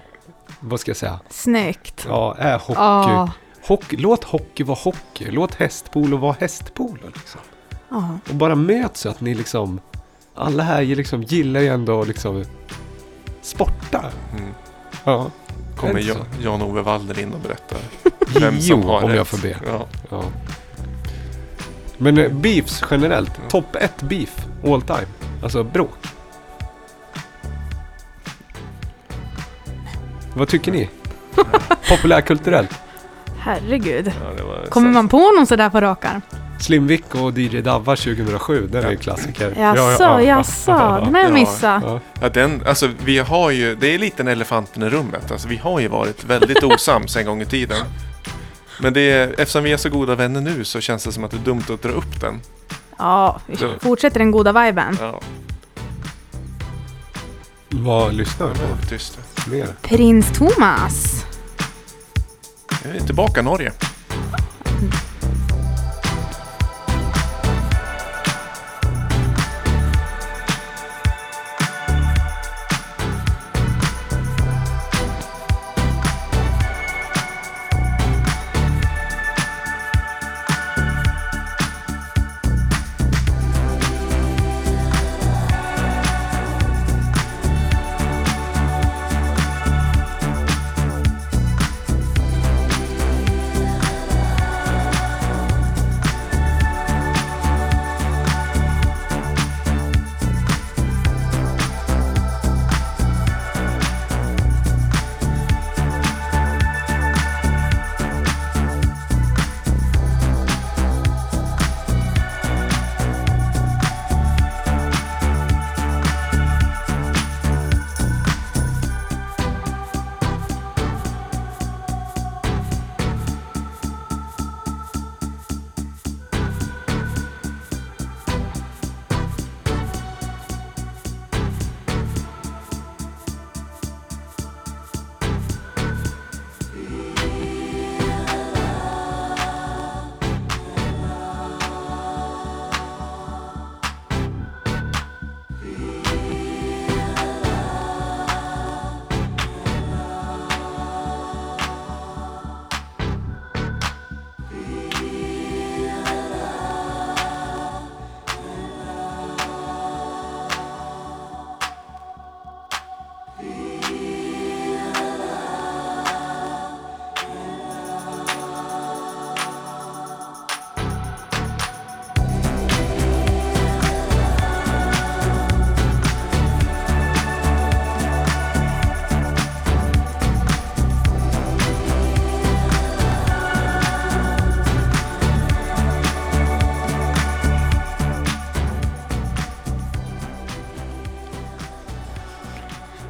vad ska jag säga? Snyggt. Ja, är hockey. Ja. hockey. Låt hockey vara hockey. Låt hästpolo vara hästpolo liksom. Ja. Och bara möts så att ni liksom, alla här liksom gillar ju ändå liksom sporta. Mm. Ja. Kommer Är det Jan, så? Jan-Ove Walder in och berättar vem Jo, som har om rätt. jag får be. Ja. Ja. Men eh, beefs generellt, topp ett beef all time. Alltså bråk. Vad tycker ni? Populärkulturellt. Herregud. Ja, det var Kommer så- man på någon sådär på rakar? Slim Vic och D J Davva tjugohundrasju, den är en klassiker. Jaså, jaså. Den har jag Ja. missat. Ja. Ja, den, alltså vi har ju, det är lite en elefanten i rummet. Alltså vi har ju varit väldigt osams en gång i tiden. Men det är, eftersom vi är så goda vänner nu så känns det som att det är dumt att dra upp den. Ja, vi Så- fortsätter den goda viben. Ja, Vad lyssnar vi det på? var tyst. Mer? Prins Thomas. Jag är tillbaka i Norge.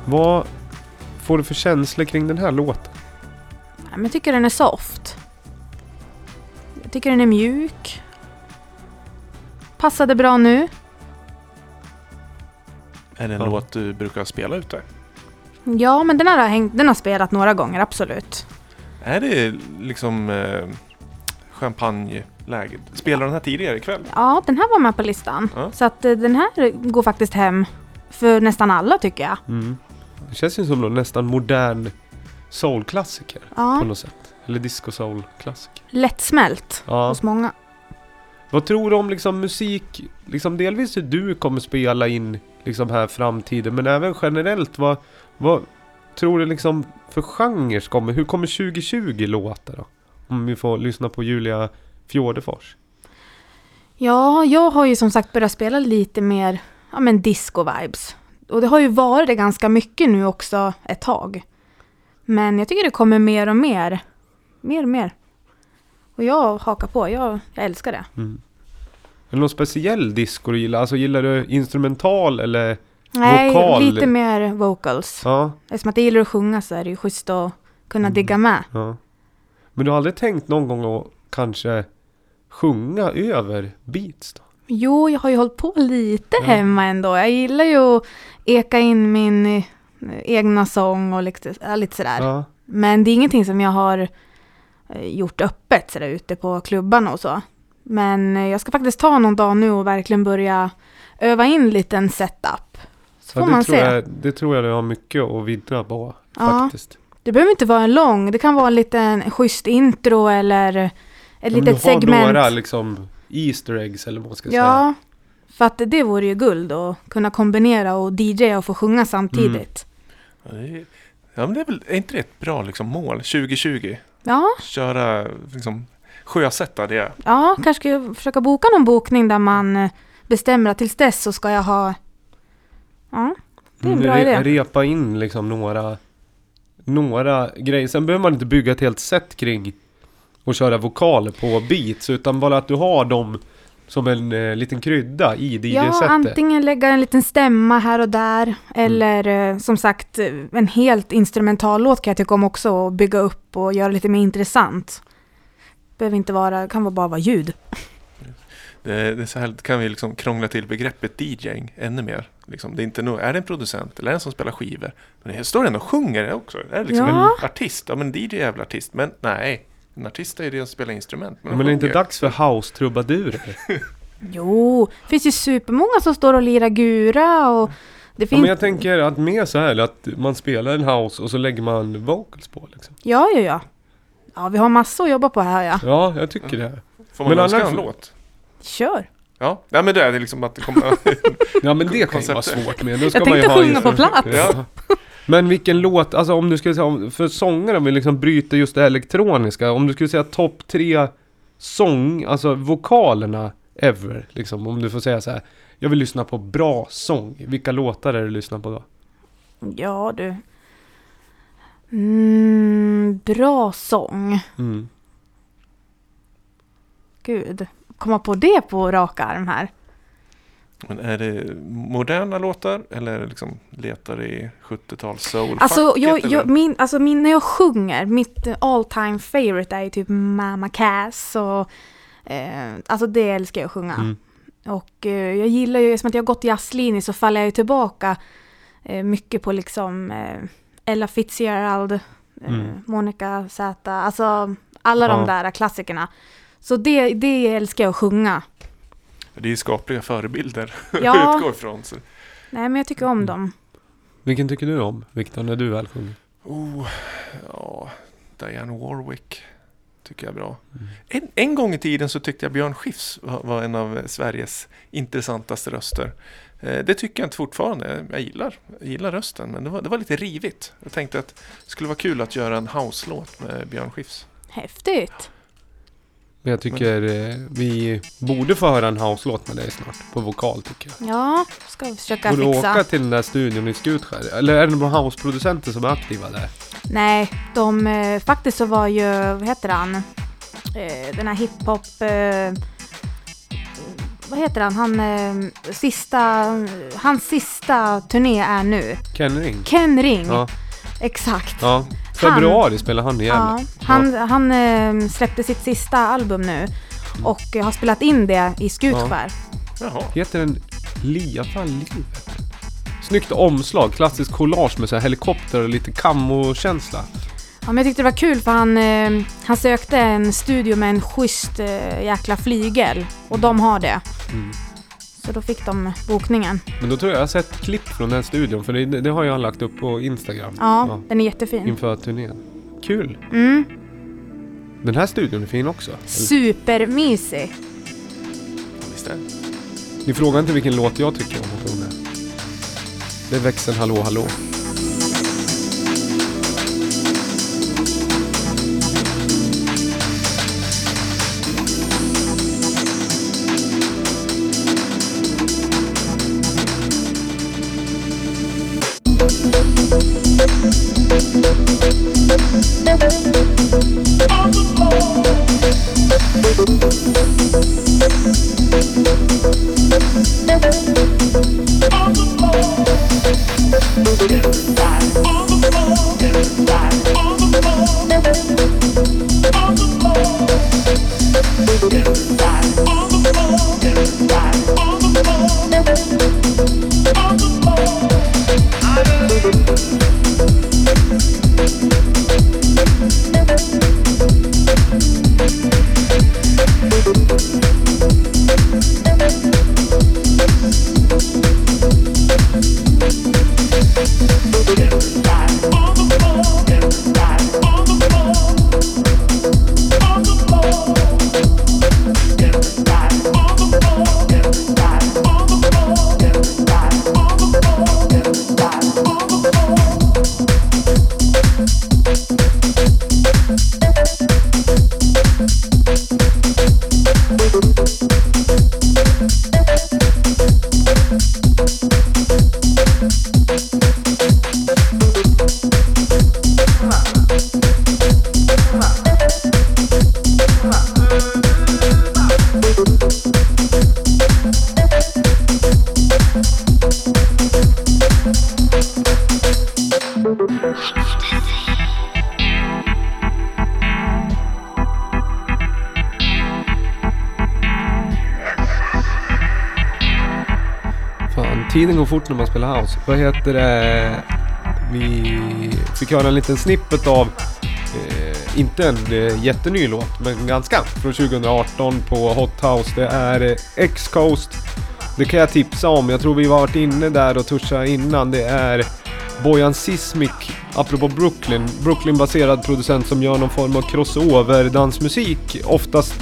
Vad får du för känslor kring den här låten? Ja, men jag tycker den är soft. Jag tycker den är mjuk. Passade bra nu. Är det en Ja. låt du brukar spela ute? Ja, men den har, hängt, den har spelat några gånger, absolut. Är det liksom eh, champagneläget? Spelar den här tidigare ikväll? Ja, den här var med på listan. Ja. Så att eh, den här går faktiskt hem för nästan alla, tycker jag. Mm. Det känns ju som någon nästan modern soulklassiker Ja, på något sätt. Eller disco-soul-klassiker. lättsmält Ja. hos många. Vad tror du om liksom musik, liksom delvis hur du kommer spela in liksom här framtiden, men även generellt, vad, vad tror du liksom för genrer kommer, hur kommer tjugo tjugo låta då? Om vi får lyssna på Julia Fjordefors. Ja, jag har ju som sagt börjat spela lite mer ja, men disco-vibes. Och det har ju varit det ganska mycket nu också ett tag. Men jag tycker det kommer mer och mer. Mer och mer. Och jag hakar på, jag, jag älskar det. Mm. Är det någon speciell disco du gillar? Alltså gillar du instrumental eller Nej, vokal? lite mer vocals. Ja, Eftersom att jag gillar att sjunga så är det ju schysst att kunna Mm. digga med. ja. Men du har aldrig tänkt någon gång att kanske sjunga över beats då? Jo, jag har ju hållit på lite Ja. hemma ändå. Jag gillar ju att eka in min eh, egna sång och lite, ja, lite sådär. Ja. Men det är ingenting som jag har eh, gjort öppet sådär ute på klubbarna och så. Men eh, jag ska faktiskt ta någon dag nu och verkligen börja öva in lite en setup. Så Ja, får det, man tror se. jag, det tror jag du har mycket att vinna på Ja. faktiskt. Det behöver inte vara en lång. Det kan vara en liten schysst intro eller ett Ja, men litet du har segment. några liksom Easter eggs eller vad man ska säga. Ja, för att det vore ju guld att kunna kombinera och D J och få sjunga samtidigt. Ja, det är, ja, men det är väl, är inte det ett bra liksom, mål? tjugo tjugo? Ja, Köra, liksom, sjösätta det. ja, kanske ska jag försöka boka någon bokning där man eh, bestämmer att tills dess så ska jag ha... Ja, det är en Mm, bra re- idé. Repa in liksom några, några grejer. Sen behöver man inte bygga ett helt set kring och köra vokaler på beats, utan bara att du har dem som en eh, liten krydda i D Ja, J-setet. antingen lägga en liten stämma här och där. Eller eh, som sagt, eh, en helt instrumental låt kan jag tycka om också. Och bygga upp och göra lite mer intressant. Behöver inte vara, kan vara bara vara ljud. Det, det är så här kan vi liksom krångla till begreppet DJing ännu mer. Liksom, det är inte no, är det en producent eller en som spelar skivor? Men det står en och sjunger också. Är det liksom Ja. en artist? Ja, men D J är väl artist. Men nej, en artist är ju det som spelar instrument. Men, men är det inte sjunger. dags för house-trubadurer? Jo, det finns ju supermånga som står och lirar gura och det Ja, finns... men jag tänker att mer så här att man spelar en house och så lägger man vocals på liksom. Ja, ja, ja. Ja, vi har massor att jobba på här, ja. Ja, jag tycker det. Får man Men önska annars- en låt? Kör. Ja, ja men det är det liksom att det kommer... Ja, men det kan ju vara Konceptet. svårt med. Då ska Jag man ju tänkte ha sjunga på plats. Ja. Men vilken låt, alltså om du skulle säga, om- för sångare om vi liksom bryter just det elektroniska, om du skulle säga topp tre sång, alltså vokalerna ever, liksom, om du får säga så här, jag vill lyssna på bra sång, vilka låtar är det du lyssnar på då? Ja, du. Mm, bra sång. Mm. Gud, komma på det på raka arm här. Men är det moderna låtar eller liksom letar i sjuttio-tals soul? Alltså, jag, jag, min, alltså min, när jag sjunger, mitt eh, all time favorite är ju typ Mama Cass och eh, alltså det älskar jag att sjunga. Mm. Och eh, jag gillar ju, som att jag har gått jazzlinje så faller jag ju tillbaka eh, mycket på liksom eh, Ella Fitzgerald, eh, Mm. Monica Z, alltså alla Ja. de där klassikerna. Så det, det älskar jag att sjunga. Det är ju skapliga förebilder Ja. att utgå ifrån. Så. Nej, men jag tycker om dem. Vilken tycker du om, Victor, när du väl sjunger? Oh, ja, Diane Warwick tycker jag är bra. Mm. En, en gång i tiden så tyckte jag Björn Skifs var, var en av Sveriges intressantaste röster. Eh, det tycker jag inte fortfarande. Jag gillar, jag gillar rösten, men det var, det var lite rivigt. Jag tänkte att det skulle vara kul att göra en house-låt med Björn Skifs. Häftigt. Men jag tycker eh, vi borde få höra en house-låt med dig snart, på vokal tycker jag. Ja, ska vi försöka Borde du fixa. åka till den där studion i Skutskär? Eller är det några houseproducenter som är aktiva där? Nej, de eh, faktiskt så var ju, vad heter han? Eh, den här hiphop eh, vad heter han? Han eh, sista, hans sista turné är nu. Ken Ring. Ken Ring. Ja. Exakt. Ja. Februari spelar han i Gävle. Ja, han ja. han eh, släppte sitt sista album nu och har spelat in det i Skutskär. Ja. Jaha. Heter den Liafall livet? Snyggt omslag, klassisk collage med så här helikopter och lite kammo-känsla. Ja, men jag tyckte det var kul för han, eh, han sökte en studio med en schysst eh, jäkla flygel och de har det. Mm. Så då fick de bokningen. Men då tror jag jag har sett klipp från den studion för det, det har jag lagt upp på Instagram. Ja, ja. Den är jättefin. Inför turnén. Kul. Mm. Den här studion är fin också. Supermysig. Visst är. Ni frågar inte vilken låt jag tycker om att det. Det är växeln Hallå Hallå. Tiden går fort när man spelar house. Vad heter det? Vi fick höra en liten snippet av eh, inte en eh, jätteny låt, men ganska från tjugo arton på Hot House. Det är eh, X-Coast. Det kan jag tipsa om. Jag tror vi har varit inne där och toucha innan. Det är Bojan Sismic, apropå Brooklyn. Brooklyn-baserad producent som gör någon form av crossover-dansmusik. Oftast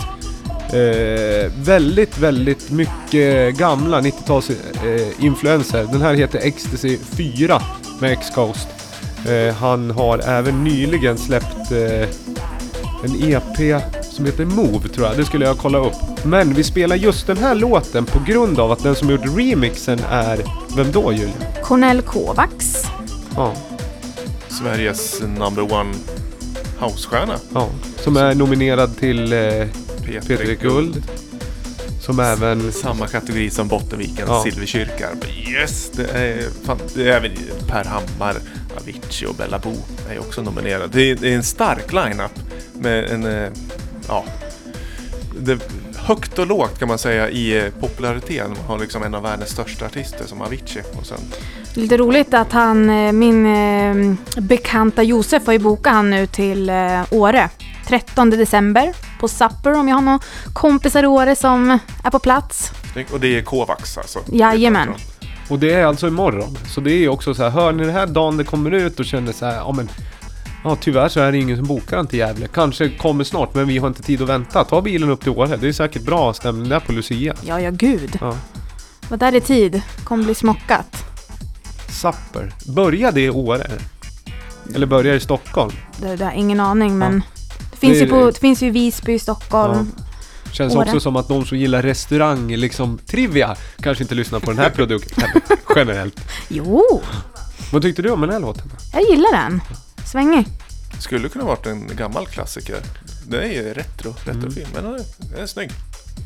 Eh, väldigt, väldigt mycket gamla nittio-tals eh, influenser. Den här heter Ecstasy fyra med X-Coast. Eh, han har även nyligen släppt eh, en E P som heter Move, tror jag. Det skulle jag kolla upp. Men vi spelar just den här låten på grund av att den som gjort remixen är, vem då, Julia? Cornel Kovacs. Ja. Sveriges number one housestjärna. Ja, som är nominerad till eh, P tre Guld. Som även samma kategori som Bottenvikens ja. Silverkyrka. Yes, det är, fan, det är även Per Hammar, Avicii och Bella Bo är också nominerade. Det är, det är en stark lineup med en ja, det, högt och lågt kan man säga i popularitet. Man har liksom en av världens största artister som Avicii och sen lite roligt att han, min eh, bekanta Josef har ju bokat han nu till eh, Åre. trettonde december på Supper, om jag har några kompisar i Åre som är på plats. Och det är Kovacs alltså? Jajamän. Och det är alltså imorgon. Så det är också så här, hör ni det här dagen det kommer ut och känner så här, ja men ja, tyvärr så är det ingen som bokar den till Gävle. Kanske kommer snart, men vi har inte tid att vänta. Ta bilen upp till Åre. Det är säkert bra stämning där på Lucia. Ja, ja gud. Ja. Vad där är tid. Kommer bli smockat. Supper. Börjar det i Åre? Eller börjar i Stockholm? Det, det är ingen aning, men ja. det, finns det, ju på, det finns ju Visby, Stockholm. Ja. Känns Åre. också som att de som gillar restaurang, liksom trivia, kanske inte lyssnar på den här produkten generellt. Jo! Vad tyckte du om den här låten? Jag gillar den. Svängig. Skulle kunna varit en gammal klassiker. Det är ju retro, retrofilm, mm. men den är snygg.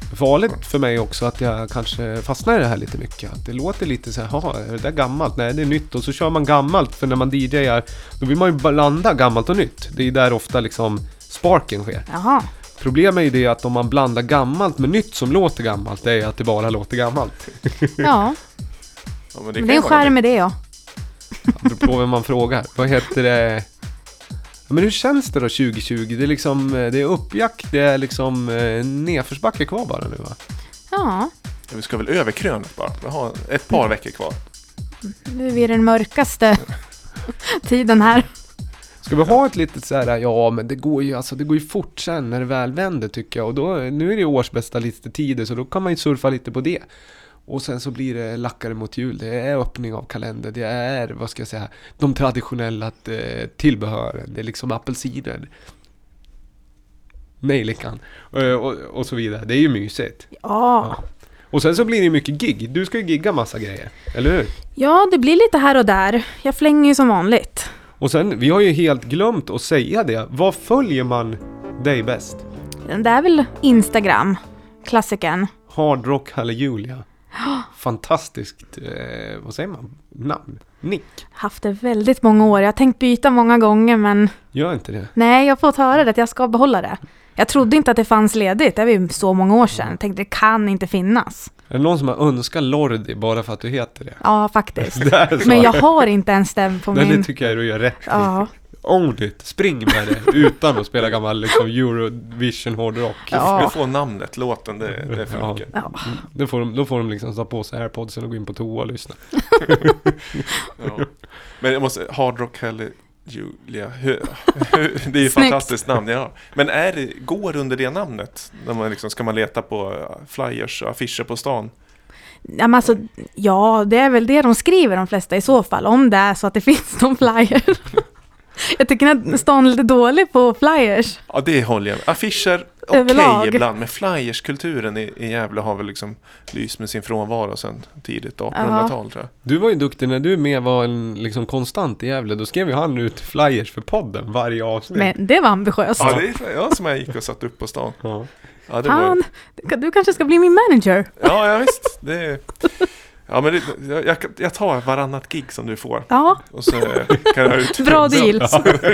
farligt för mig också att jag kanske fastnar i det här lite mycket. Att det låter lite så här, jaha, är det där gammalt? Nej, det är nytt. Och så kör man gammalt, för när man D J:ar, då vill man ju blanda gammalt och nytt. Det är där ofta liksom sparken sker. Jaha. Problemet är ju det att om man blandar gammalt med nytt som låter gammalt, det är att det bara låter gammalt. Ja, Ja, men men kan det är en vara skärm med det, ja. Det på vem man frågar. Vad heter det? Ja, men hur känns det då tjugo tjugo? Det är liksom, det är uppjakt, det är liksom eh, nedförsbacke kvar bara nu, va? Ja, Ja, vi ska väl över krönet bara. Vi har ett par veckor kvar. nu är den mörkaste tiden här. Ska vi ha ett litet så här, ja men det går ju alltså, det går ju fort sen när det väl vänder tycker jag. Och då, nu är det års bästa listetider, så då kan man ju surfa lite på det. Och sen så blir det lackare mot jul. Det är öppning av kalender. Det är, vad ska jag säga, de traditionella eh, tillbehören. Det är liksom apelsiner. Nejlikan. Och, och, och så vidare. Det är ju mysigt. Ja. Ja. Och sen så blir det mycket gig. Du ska ju gigga massa grejer. Eller hur? Ja, det blir lite här och där. Jag flänger ju som vanligt. Och sen, vi har ju helt glömt att säga det. Vad följer man dig bäst? Det är väl Instagram. Klassiken. Hard Rock Halleluja. Fantastiskt, eh, vad säger man? Namn? Nick. Haft det väldigt många år. Jag har tänkt byta många gånger, men Gör inte det? nej, jag har fått höra det att jag ska behålla det. Jag trodde inte att det fanns ledigt. Det var ju så många år sedan. Jag tänkte det kan inte finnas. Är det någon som har önskat Lordi bara för att du heter det? Ja, faktiskt. Det är så. Men jag har inte ens den på Nej, min... det tycker jag du gör rätt i. Ja. Own it. Spring med det utan att spela gammal liksom Eurovision hårdrock. Ja. Vi får namnet, låten, det, det är för Ja. mycket. Ja. Då får de, då får de liksom ta på sig AirPodsen och gå in på toa och lyssna. Ja. Men jag måste, Hard Rock Halleluja, hur- hur- det är ju ett Snyggt. fantastiskt namn, ja. Men är det, går under det namnet? När man liksom, ska man leta på flyers och affischer på stan? Ja, men alltså, ja, det är väl det de skriver de flesta i så fall. Om det är så att det finns någon flyer. Jag tycker att stan är lite dålig på flyers. Ja, det håller jag med. Affischer, okej Överlag. ibland. Men flyerskulturen i, i Gävle har väl liksom lyst med sin frånvaro sedan tidigt artonhundratal, tror jag. Du var ju duktig när du med var en liksom konstant i Gävle. Då skrev ju han ut flyers för podden varje avsnitt. Men det var ambitiöst. Ja, det är ja, som jag gick och satt upp på stan. Ja. Ja, det var, Han, du kanske ska bli min manager. ja, ja visst. Det, ja, men det, jag, jag tar varannat gig som du får. Ja, Och så kan jag ut. bra deal.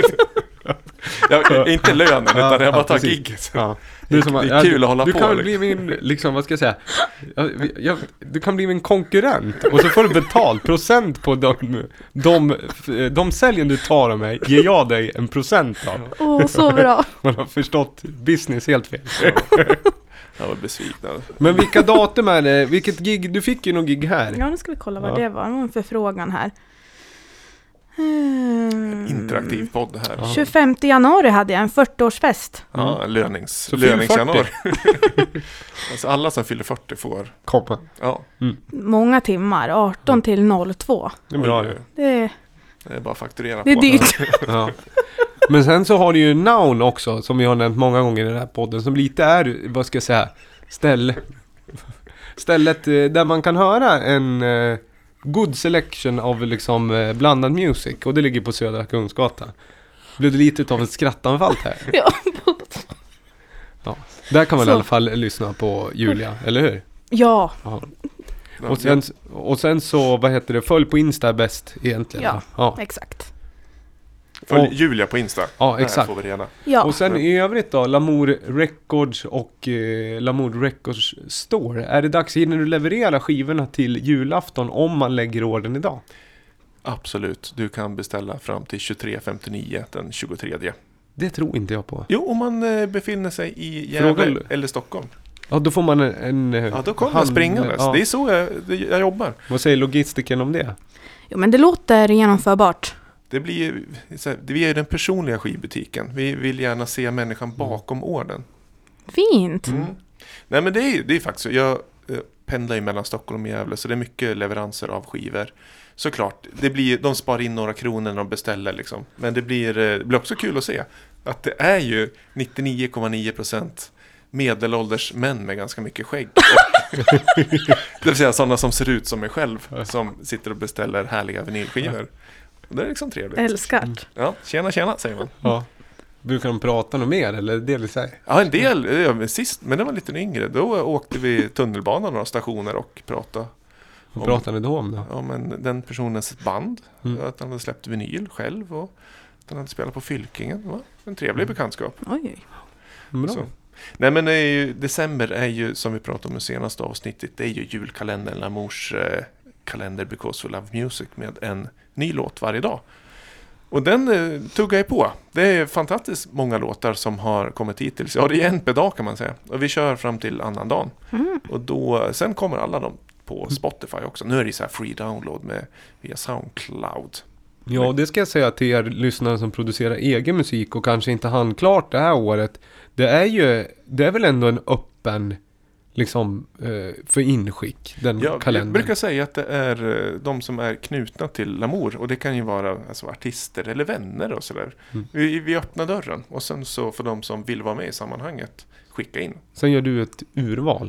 Jag, inte lönen, utan jag bara tar precis. gigget. Ja. Det är, som det är kul att hålla du på. Du kan liksom. bli min, liksom, vad ska jag säga? Jag, jag, du kan bli min konkurrent. Och så får du betalt procent på de, de, de säljen du tar av mig. Ger jag dig en procent av. Åh, så bra. Man har förstått business helt fel. Jag var besviken. Men vilka datum är det? Vilket gig? Du fick ju någon gig här. Ja, nu ska vi kolla vad Ja. det var. Det var en förfrågan här. Hmm. Interaktiv podd här. Ja. tjugofemte januari hade jag en fyrtioårsfest. Ja, lönings, Så fyll löningsjanuari. Alltså alla som fyller fyrtio får. Komma. Ja, Många timmar, arton till noll två. Det är bra Oj, det. Det, det är bara att fakturera det är på. dyrt. Ja. Men sen så har du ju Noun också, som vi har nämnt många gånger i den här podden, som lite är, vad ska jag säga, ställ, stället eh, där man kan höra en eh, good selection av liksom eh, blandad music, och det ligger på Södra Kungsgatan. Blev det lite av ett skrattanfall här? Ja. Ja. Där kan man Så. i alla fall lyssna på Julia, eller hur? Ja, Ja. Ja, Och sen, och sen så, vad heter det, följ på Insta bäst egentligen. Ja. va? Ja. exakt. Följ och- Julia på Insta. Ja, Där exakt. får vi reda. Ja, Och sen i övrigt då, Lamour Records och eh, Lamour Records Store. Är det dags, hinner du leverera skivorna till julafton om man lägger orden idag? Absolut. Du kan beställa fram till tjugotre femtionio den tjugotredje. Det tror inte jag på. Jo, om man eh, befinner sig i Gävle Fråga- eller Stockholm. Ja, då får man en... en eh, Ja, då kommer jag hand- springandes. Ja. Det är så jag, det, jag jobbar. Vad säger logistiken om det? jo, men det låter genomförbart. Det blir så här, vi är den personliga skivbutiken. Vi vill gärna se människan bakom orden. Fint. Mm. Nej, men det är, det är faktiskt så. Jag eh, pendlar ju mellan Stockholm och Gävle, så det är mycket leveranser av skivor. Såklart, det blir, de sparar in några kronor när de beställer liksom. Men det blir, eh, det blir också kul att se att det är ju nittionio komma nio procent medelålders män med ganska mycket skägg. Det vill säga sådana som ser ut som mig själv, som sitter och beställer härliga vinylskivor. Och det är liksom trevligt. Älskar. Ja, tjena tjena säger man. Ja. Brukar de prata något mer eller det vill säga? Ja, en del. Ja, sist, men det var lite yngre. Då åkte vi tunnelbanan några stationer och pratade. Vad pratade ni då om då? Ja, men den personens band. Mm. Att han hade släppt vinyl själv och att han hade spelat på Fylkingen. Det var en trevlig Mm. bekantskap. Oj. Bra. Så. Nej, men det är ju, december är ju, som vi pratade om i senaste avsnittet, det är ju julkalendern, Lamours eh, kalender Because We Love Music med en ny låt varje dag. Och den eh, tuggar jag på. Det är fantastiskt många låtar som har kommit hittills. Ja, det är en per dag kan man säga. Och vi kör fram till annan dagen. Mm. Och då, sen kommer alla de på Spotify också. Nu är det så här free download med, via Soundcloud. Ja, det ska jag säga till er lyssnare som producerar egen musik och kanske inte hann klart det här året. Det är ju, det är väl ändå en öppen liksom eh, för inskick, den Ja, jag kalendern. brukar säga att det är eh, de som är knutna till Lamour. Och det kan ju vara alltså, artister eller vänner och sådär. Mm. Vi, vi öppnar dörren. Och sen så för de som vill vara med i sammanhanget, skicka in. Sen gör du ett urval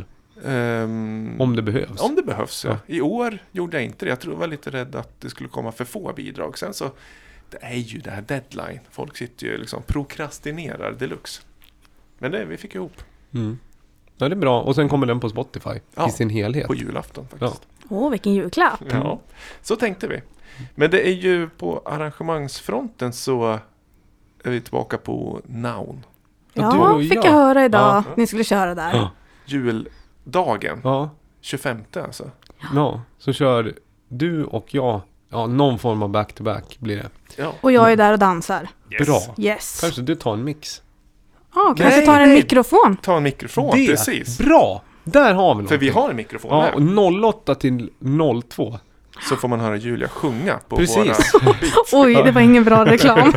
Ehm, om det behövs. Om det behövs, ja. Ja. I år gjorde jag inte det. Jag tror jag var lite rädd att det skulle komma för få bidrag. Sen så, det är ju det här deadline. Folk sitter ju liksom prokrastinerar deluxe. Men det, vi fick ihop Mm. Ja, det är bra. Och sen kommer den på Spotify Ja, i sin helhet. på julafton faktiskt. Åh, vilken julklapp. Ja, så tänkte vi. Men det är ju på arrangemangsfronten så är vi tillbaka på Noun. Ja, du Ja, och fick jag. jag höra idag. Ja. Ni skulle köra där. Ja. Juldagen, Ja. tjugofemte alltså. Ja, så kör du och jag, ja, någon form av back-to-back blir det. Ja. Och jag är där och dansar. Bra. Yes. Kanske du tar en mix. Ja, Nej, kanske tar en nej. mikrofon. Ta en mikrofon, Det, precis. bra! Där har vi något. För vi har en mikrofon Ja, här. och noll åtta till noll två. Så får man höra Julia sjunga på Precis. våra beats. Oj, det var ingen bra reklam.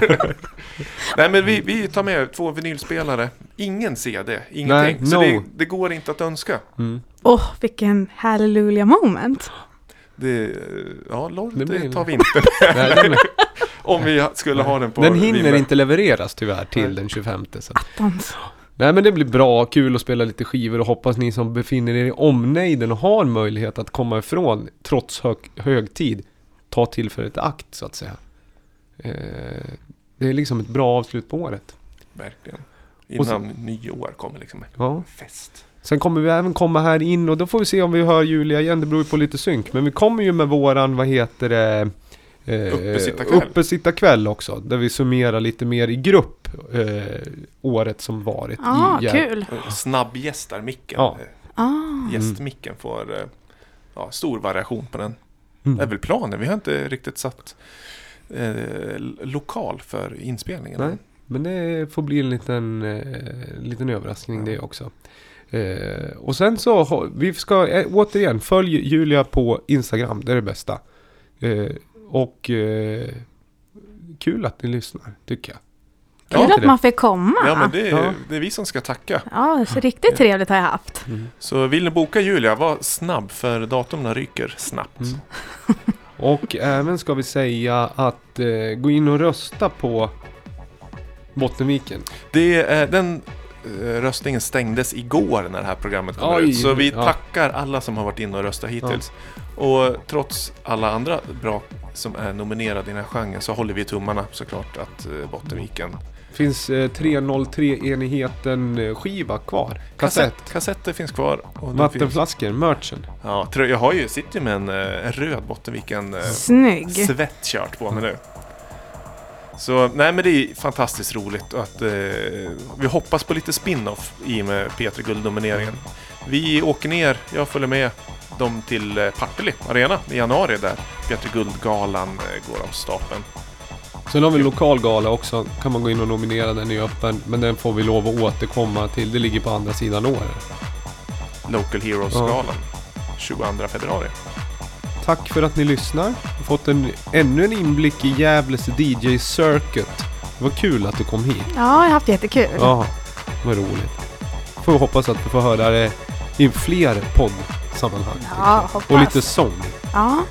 Nej, men vi, vi tar med två vinylspelare. Ingen C D, ingenting. Nej, Så no. det, det går inte att önska. Mm. Åh, oh, vilken hallelujah moment. Det, ja, LOL, Det det, blir- tar vi inte med. Nej, den, Om vi skulle ha den på den hinner vinner. inte levereras tyvärr till Nej. den tjugofemte. Så. Dans. Nej, men det blir bra, kul att spela lite skivor och hoppas ni som befinner er i omnejden och har möjlighet att komma ifrån trots hög, hög tid, ta tillfället i akt så att säga. Eh, det är liksom ett bra avslut på året. Verkligen. Och Innan nyår kommer liksom Ja. en fest. Sen kommer vi även komma här in och då får vi se om vi hör Julia igen, det beror ju på lite synk. Men vi kommer ju med våran, vad heter det? Eh, Uppesittarkväll. Uppesittarkväll också, där vi summerar lite mer i grupp eh, året som varit. Ja, i, kul. Snabbgästar micken. Ja. Ah. Gästmicken får eh, ja, stor variation på den. Mm. Det är väl planen. Vi har inte riktigt satt eh, lokal för inspelningen. Nej. Men det får bli en liten, eh, liten överraskning Ja. det också. Eh, och sen så, har, vi ska eh, återigen, följ Julia på Instagram, det är det bästa. Eh, och eh, kul att ni lyssnar, tycker jag. Kul Ja, att man fick komma. Ja, men det är, Ja. det är vi som ska tacka. Ja, så riktigt trevligt har jag haft. Mm. Så vill ni boka Julia, var snabb för datorerna ryker snabbt. Mm. Och även ska vi säga att eh, gå in och rösta på Bottenviken. Det är, den eh, röstningen stängdes igår när det här programmet kommer Oj, ut. Så vi ja. tackar alla som har varit inne och röstat hittills. Och trots alla andra bra som är nominerade i den här genren så håller vi tummarna såklart att eh, Bottenviken. Finns eh, tre noll tre-enheten eh, skiva kvar. Kassett. Kassett. Kassetter finns kvar. Och det finns, Vattenflaskor, merchen. ja, tror- jag har ju, sitter ju med en, eh, en röd Bottenviken eh, Snygg. svettkört på mig nu. Så nej, men det är fantastiskt roligt att eh, vi hoppas på lite spin-off i och med P tre Guld-nomineringen. Vi åker ner, jag följer med dem till eh, Partille Arena i januari där P tre Guld-galan eh, går av stapeln. Sen har vi lokalgala också. Kan man gå in och nominera, den är öppen. Men den får vi lov att återkomma till. Det ligger på andra sidan året. Local Heroes-galan tjugoandra februari. Tack för att ni lyssnar. Vi har fått en, ännu en inblick i Gävles D J Circuit. Det var kul att du kom hit. Ja, jag har haft jättekul. Ja, vad roligt. Får vi hoppas att vi får höra det i fler poddsammanhang. Ja, tycker jag. hoppas. Och lite sång. Ja,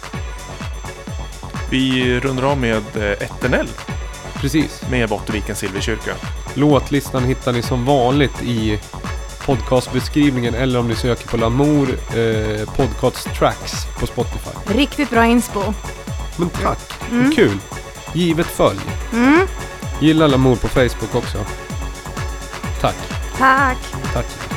Vi rundar av med eh, ett N L Precis. med Bottenviken Silverkyrka. Låtlistan hittar ni som vanligt i podcastbeskrivningen eller om ni söker på Lamour eh, podcast tracks på Spotify. riktigt bra inspo. Men tack, Mm. kul. Givet följ. Mm. Gilla Lamour på Facebook också. Tack. Tack! Tack.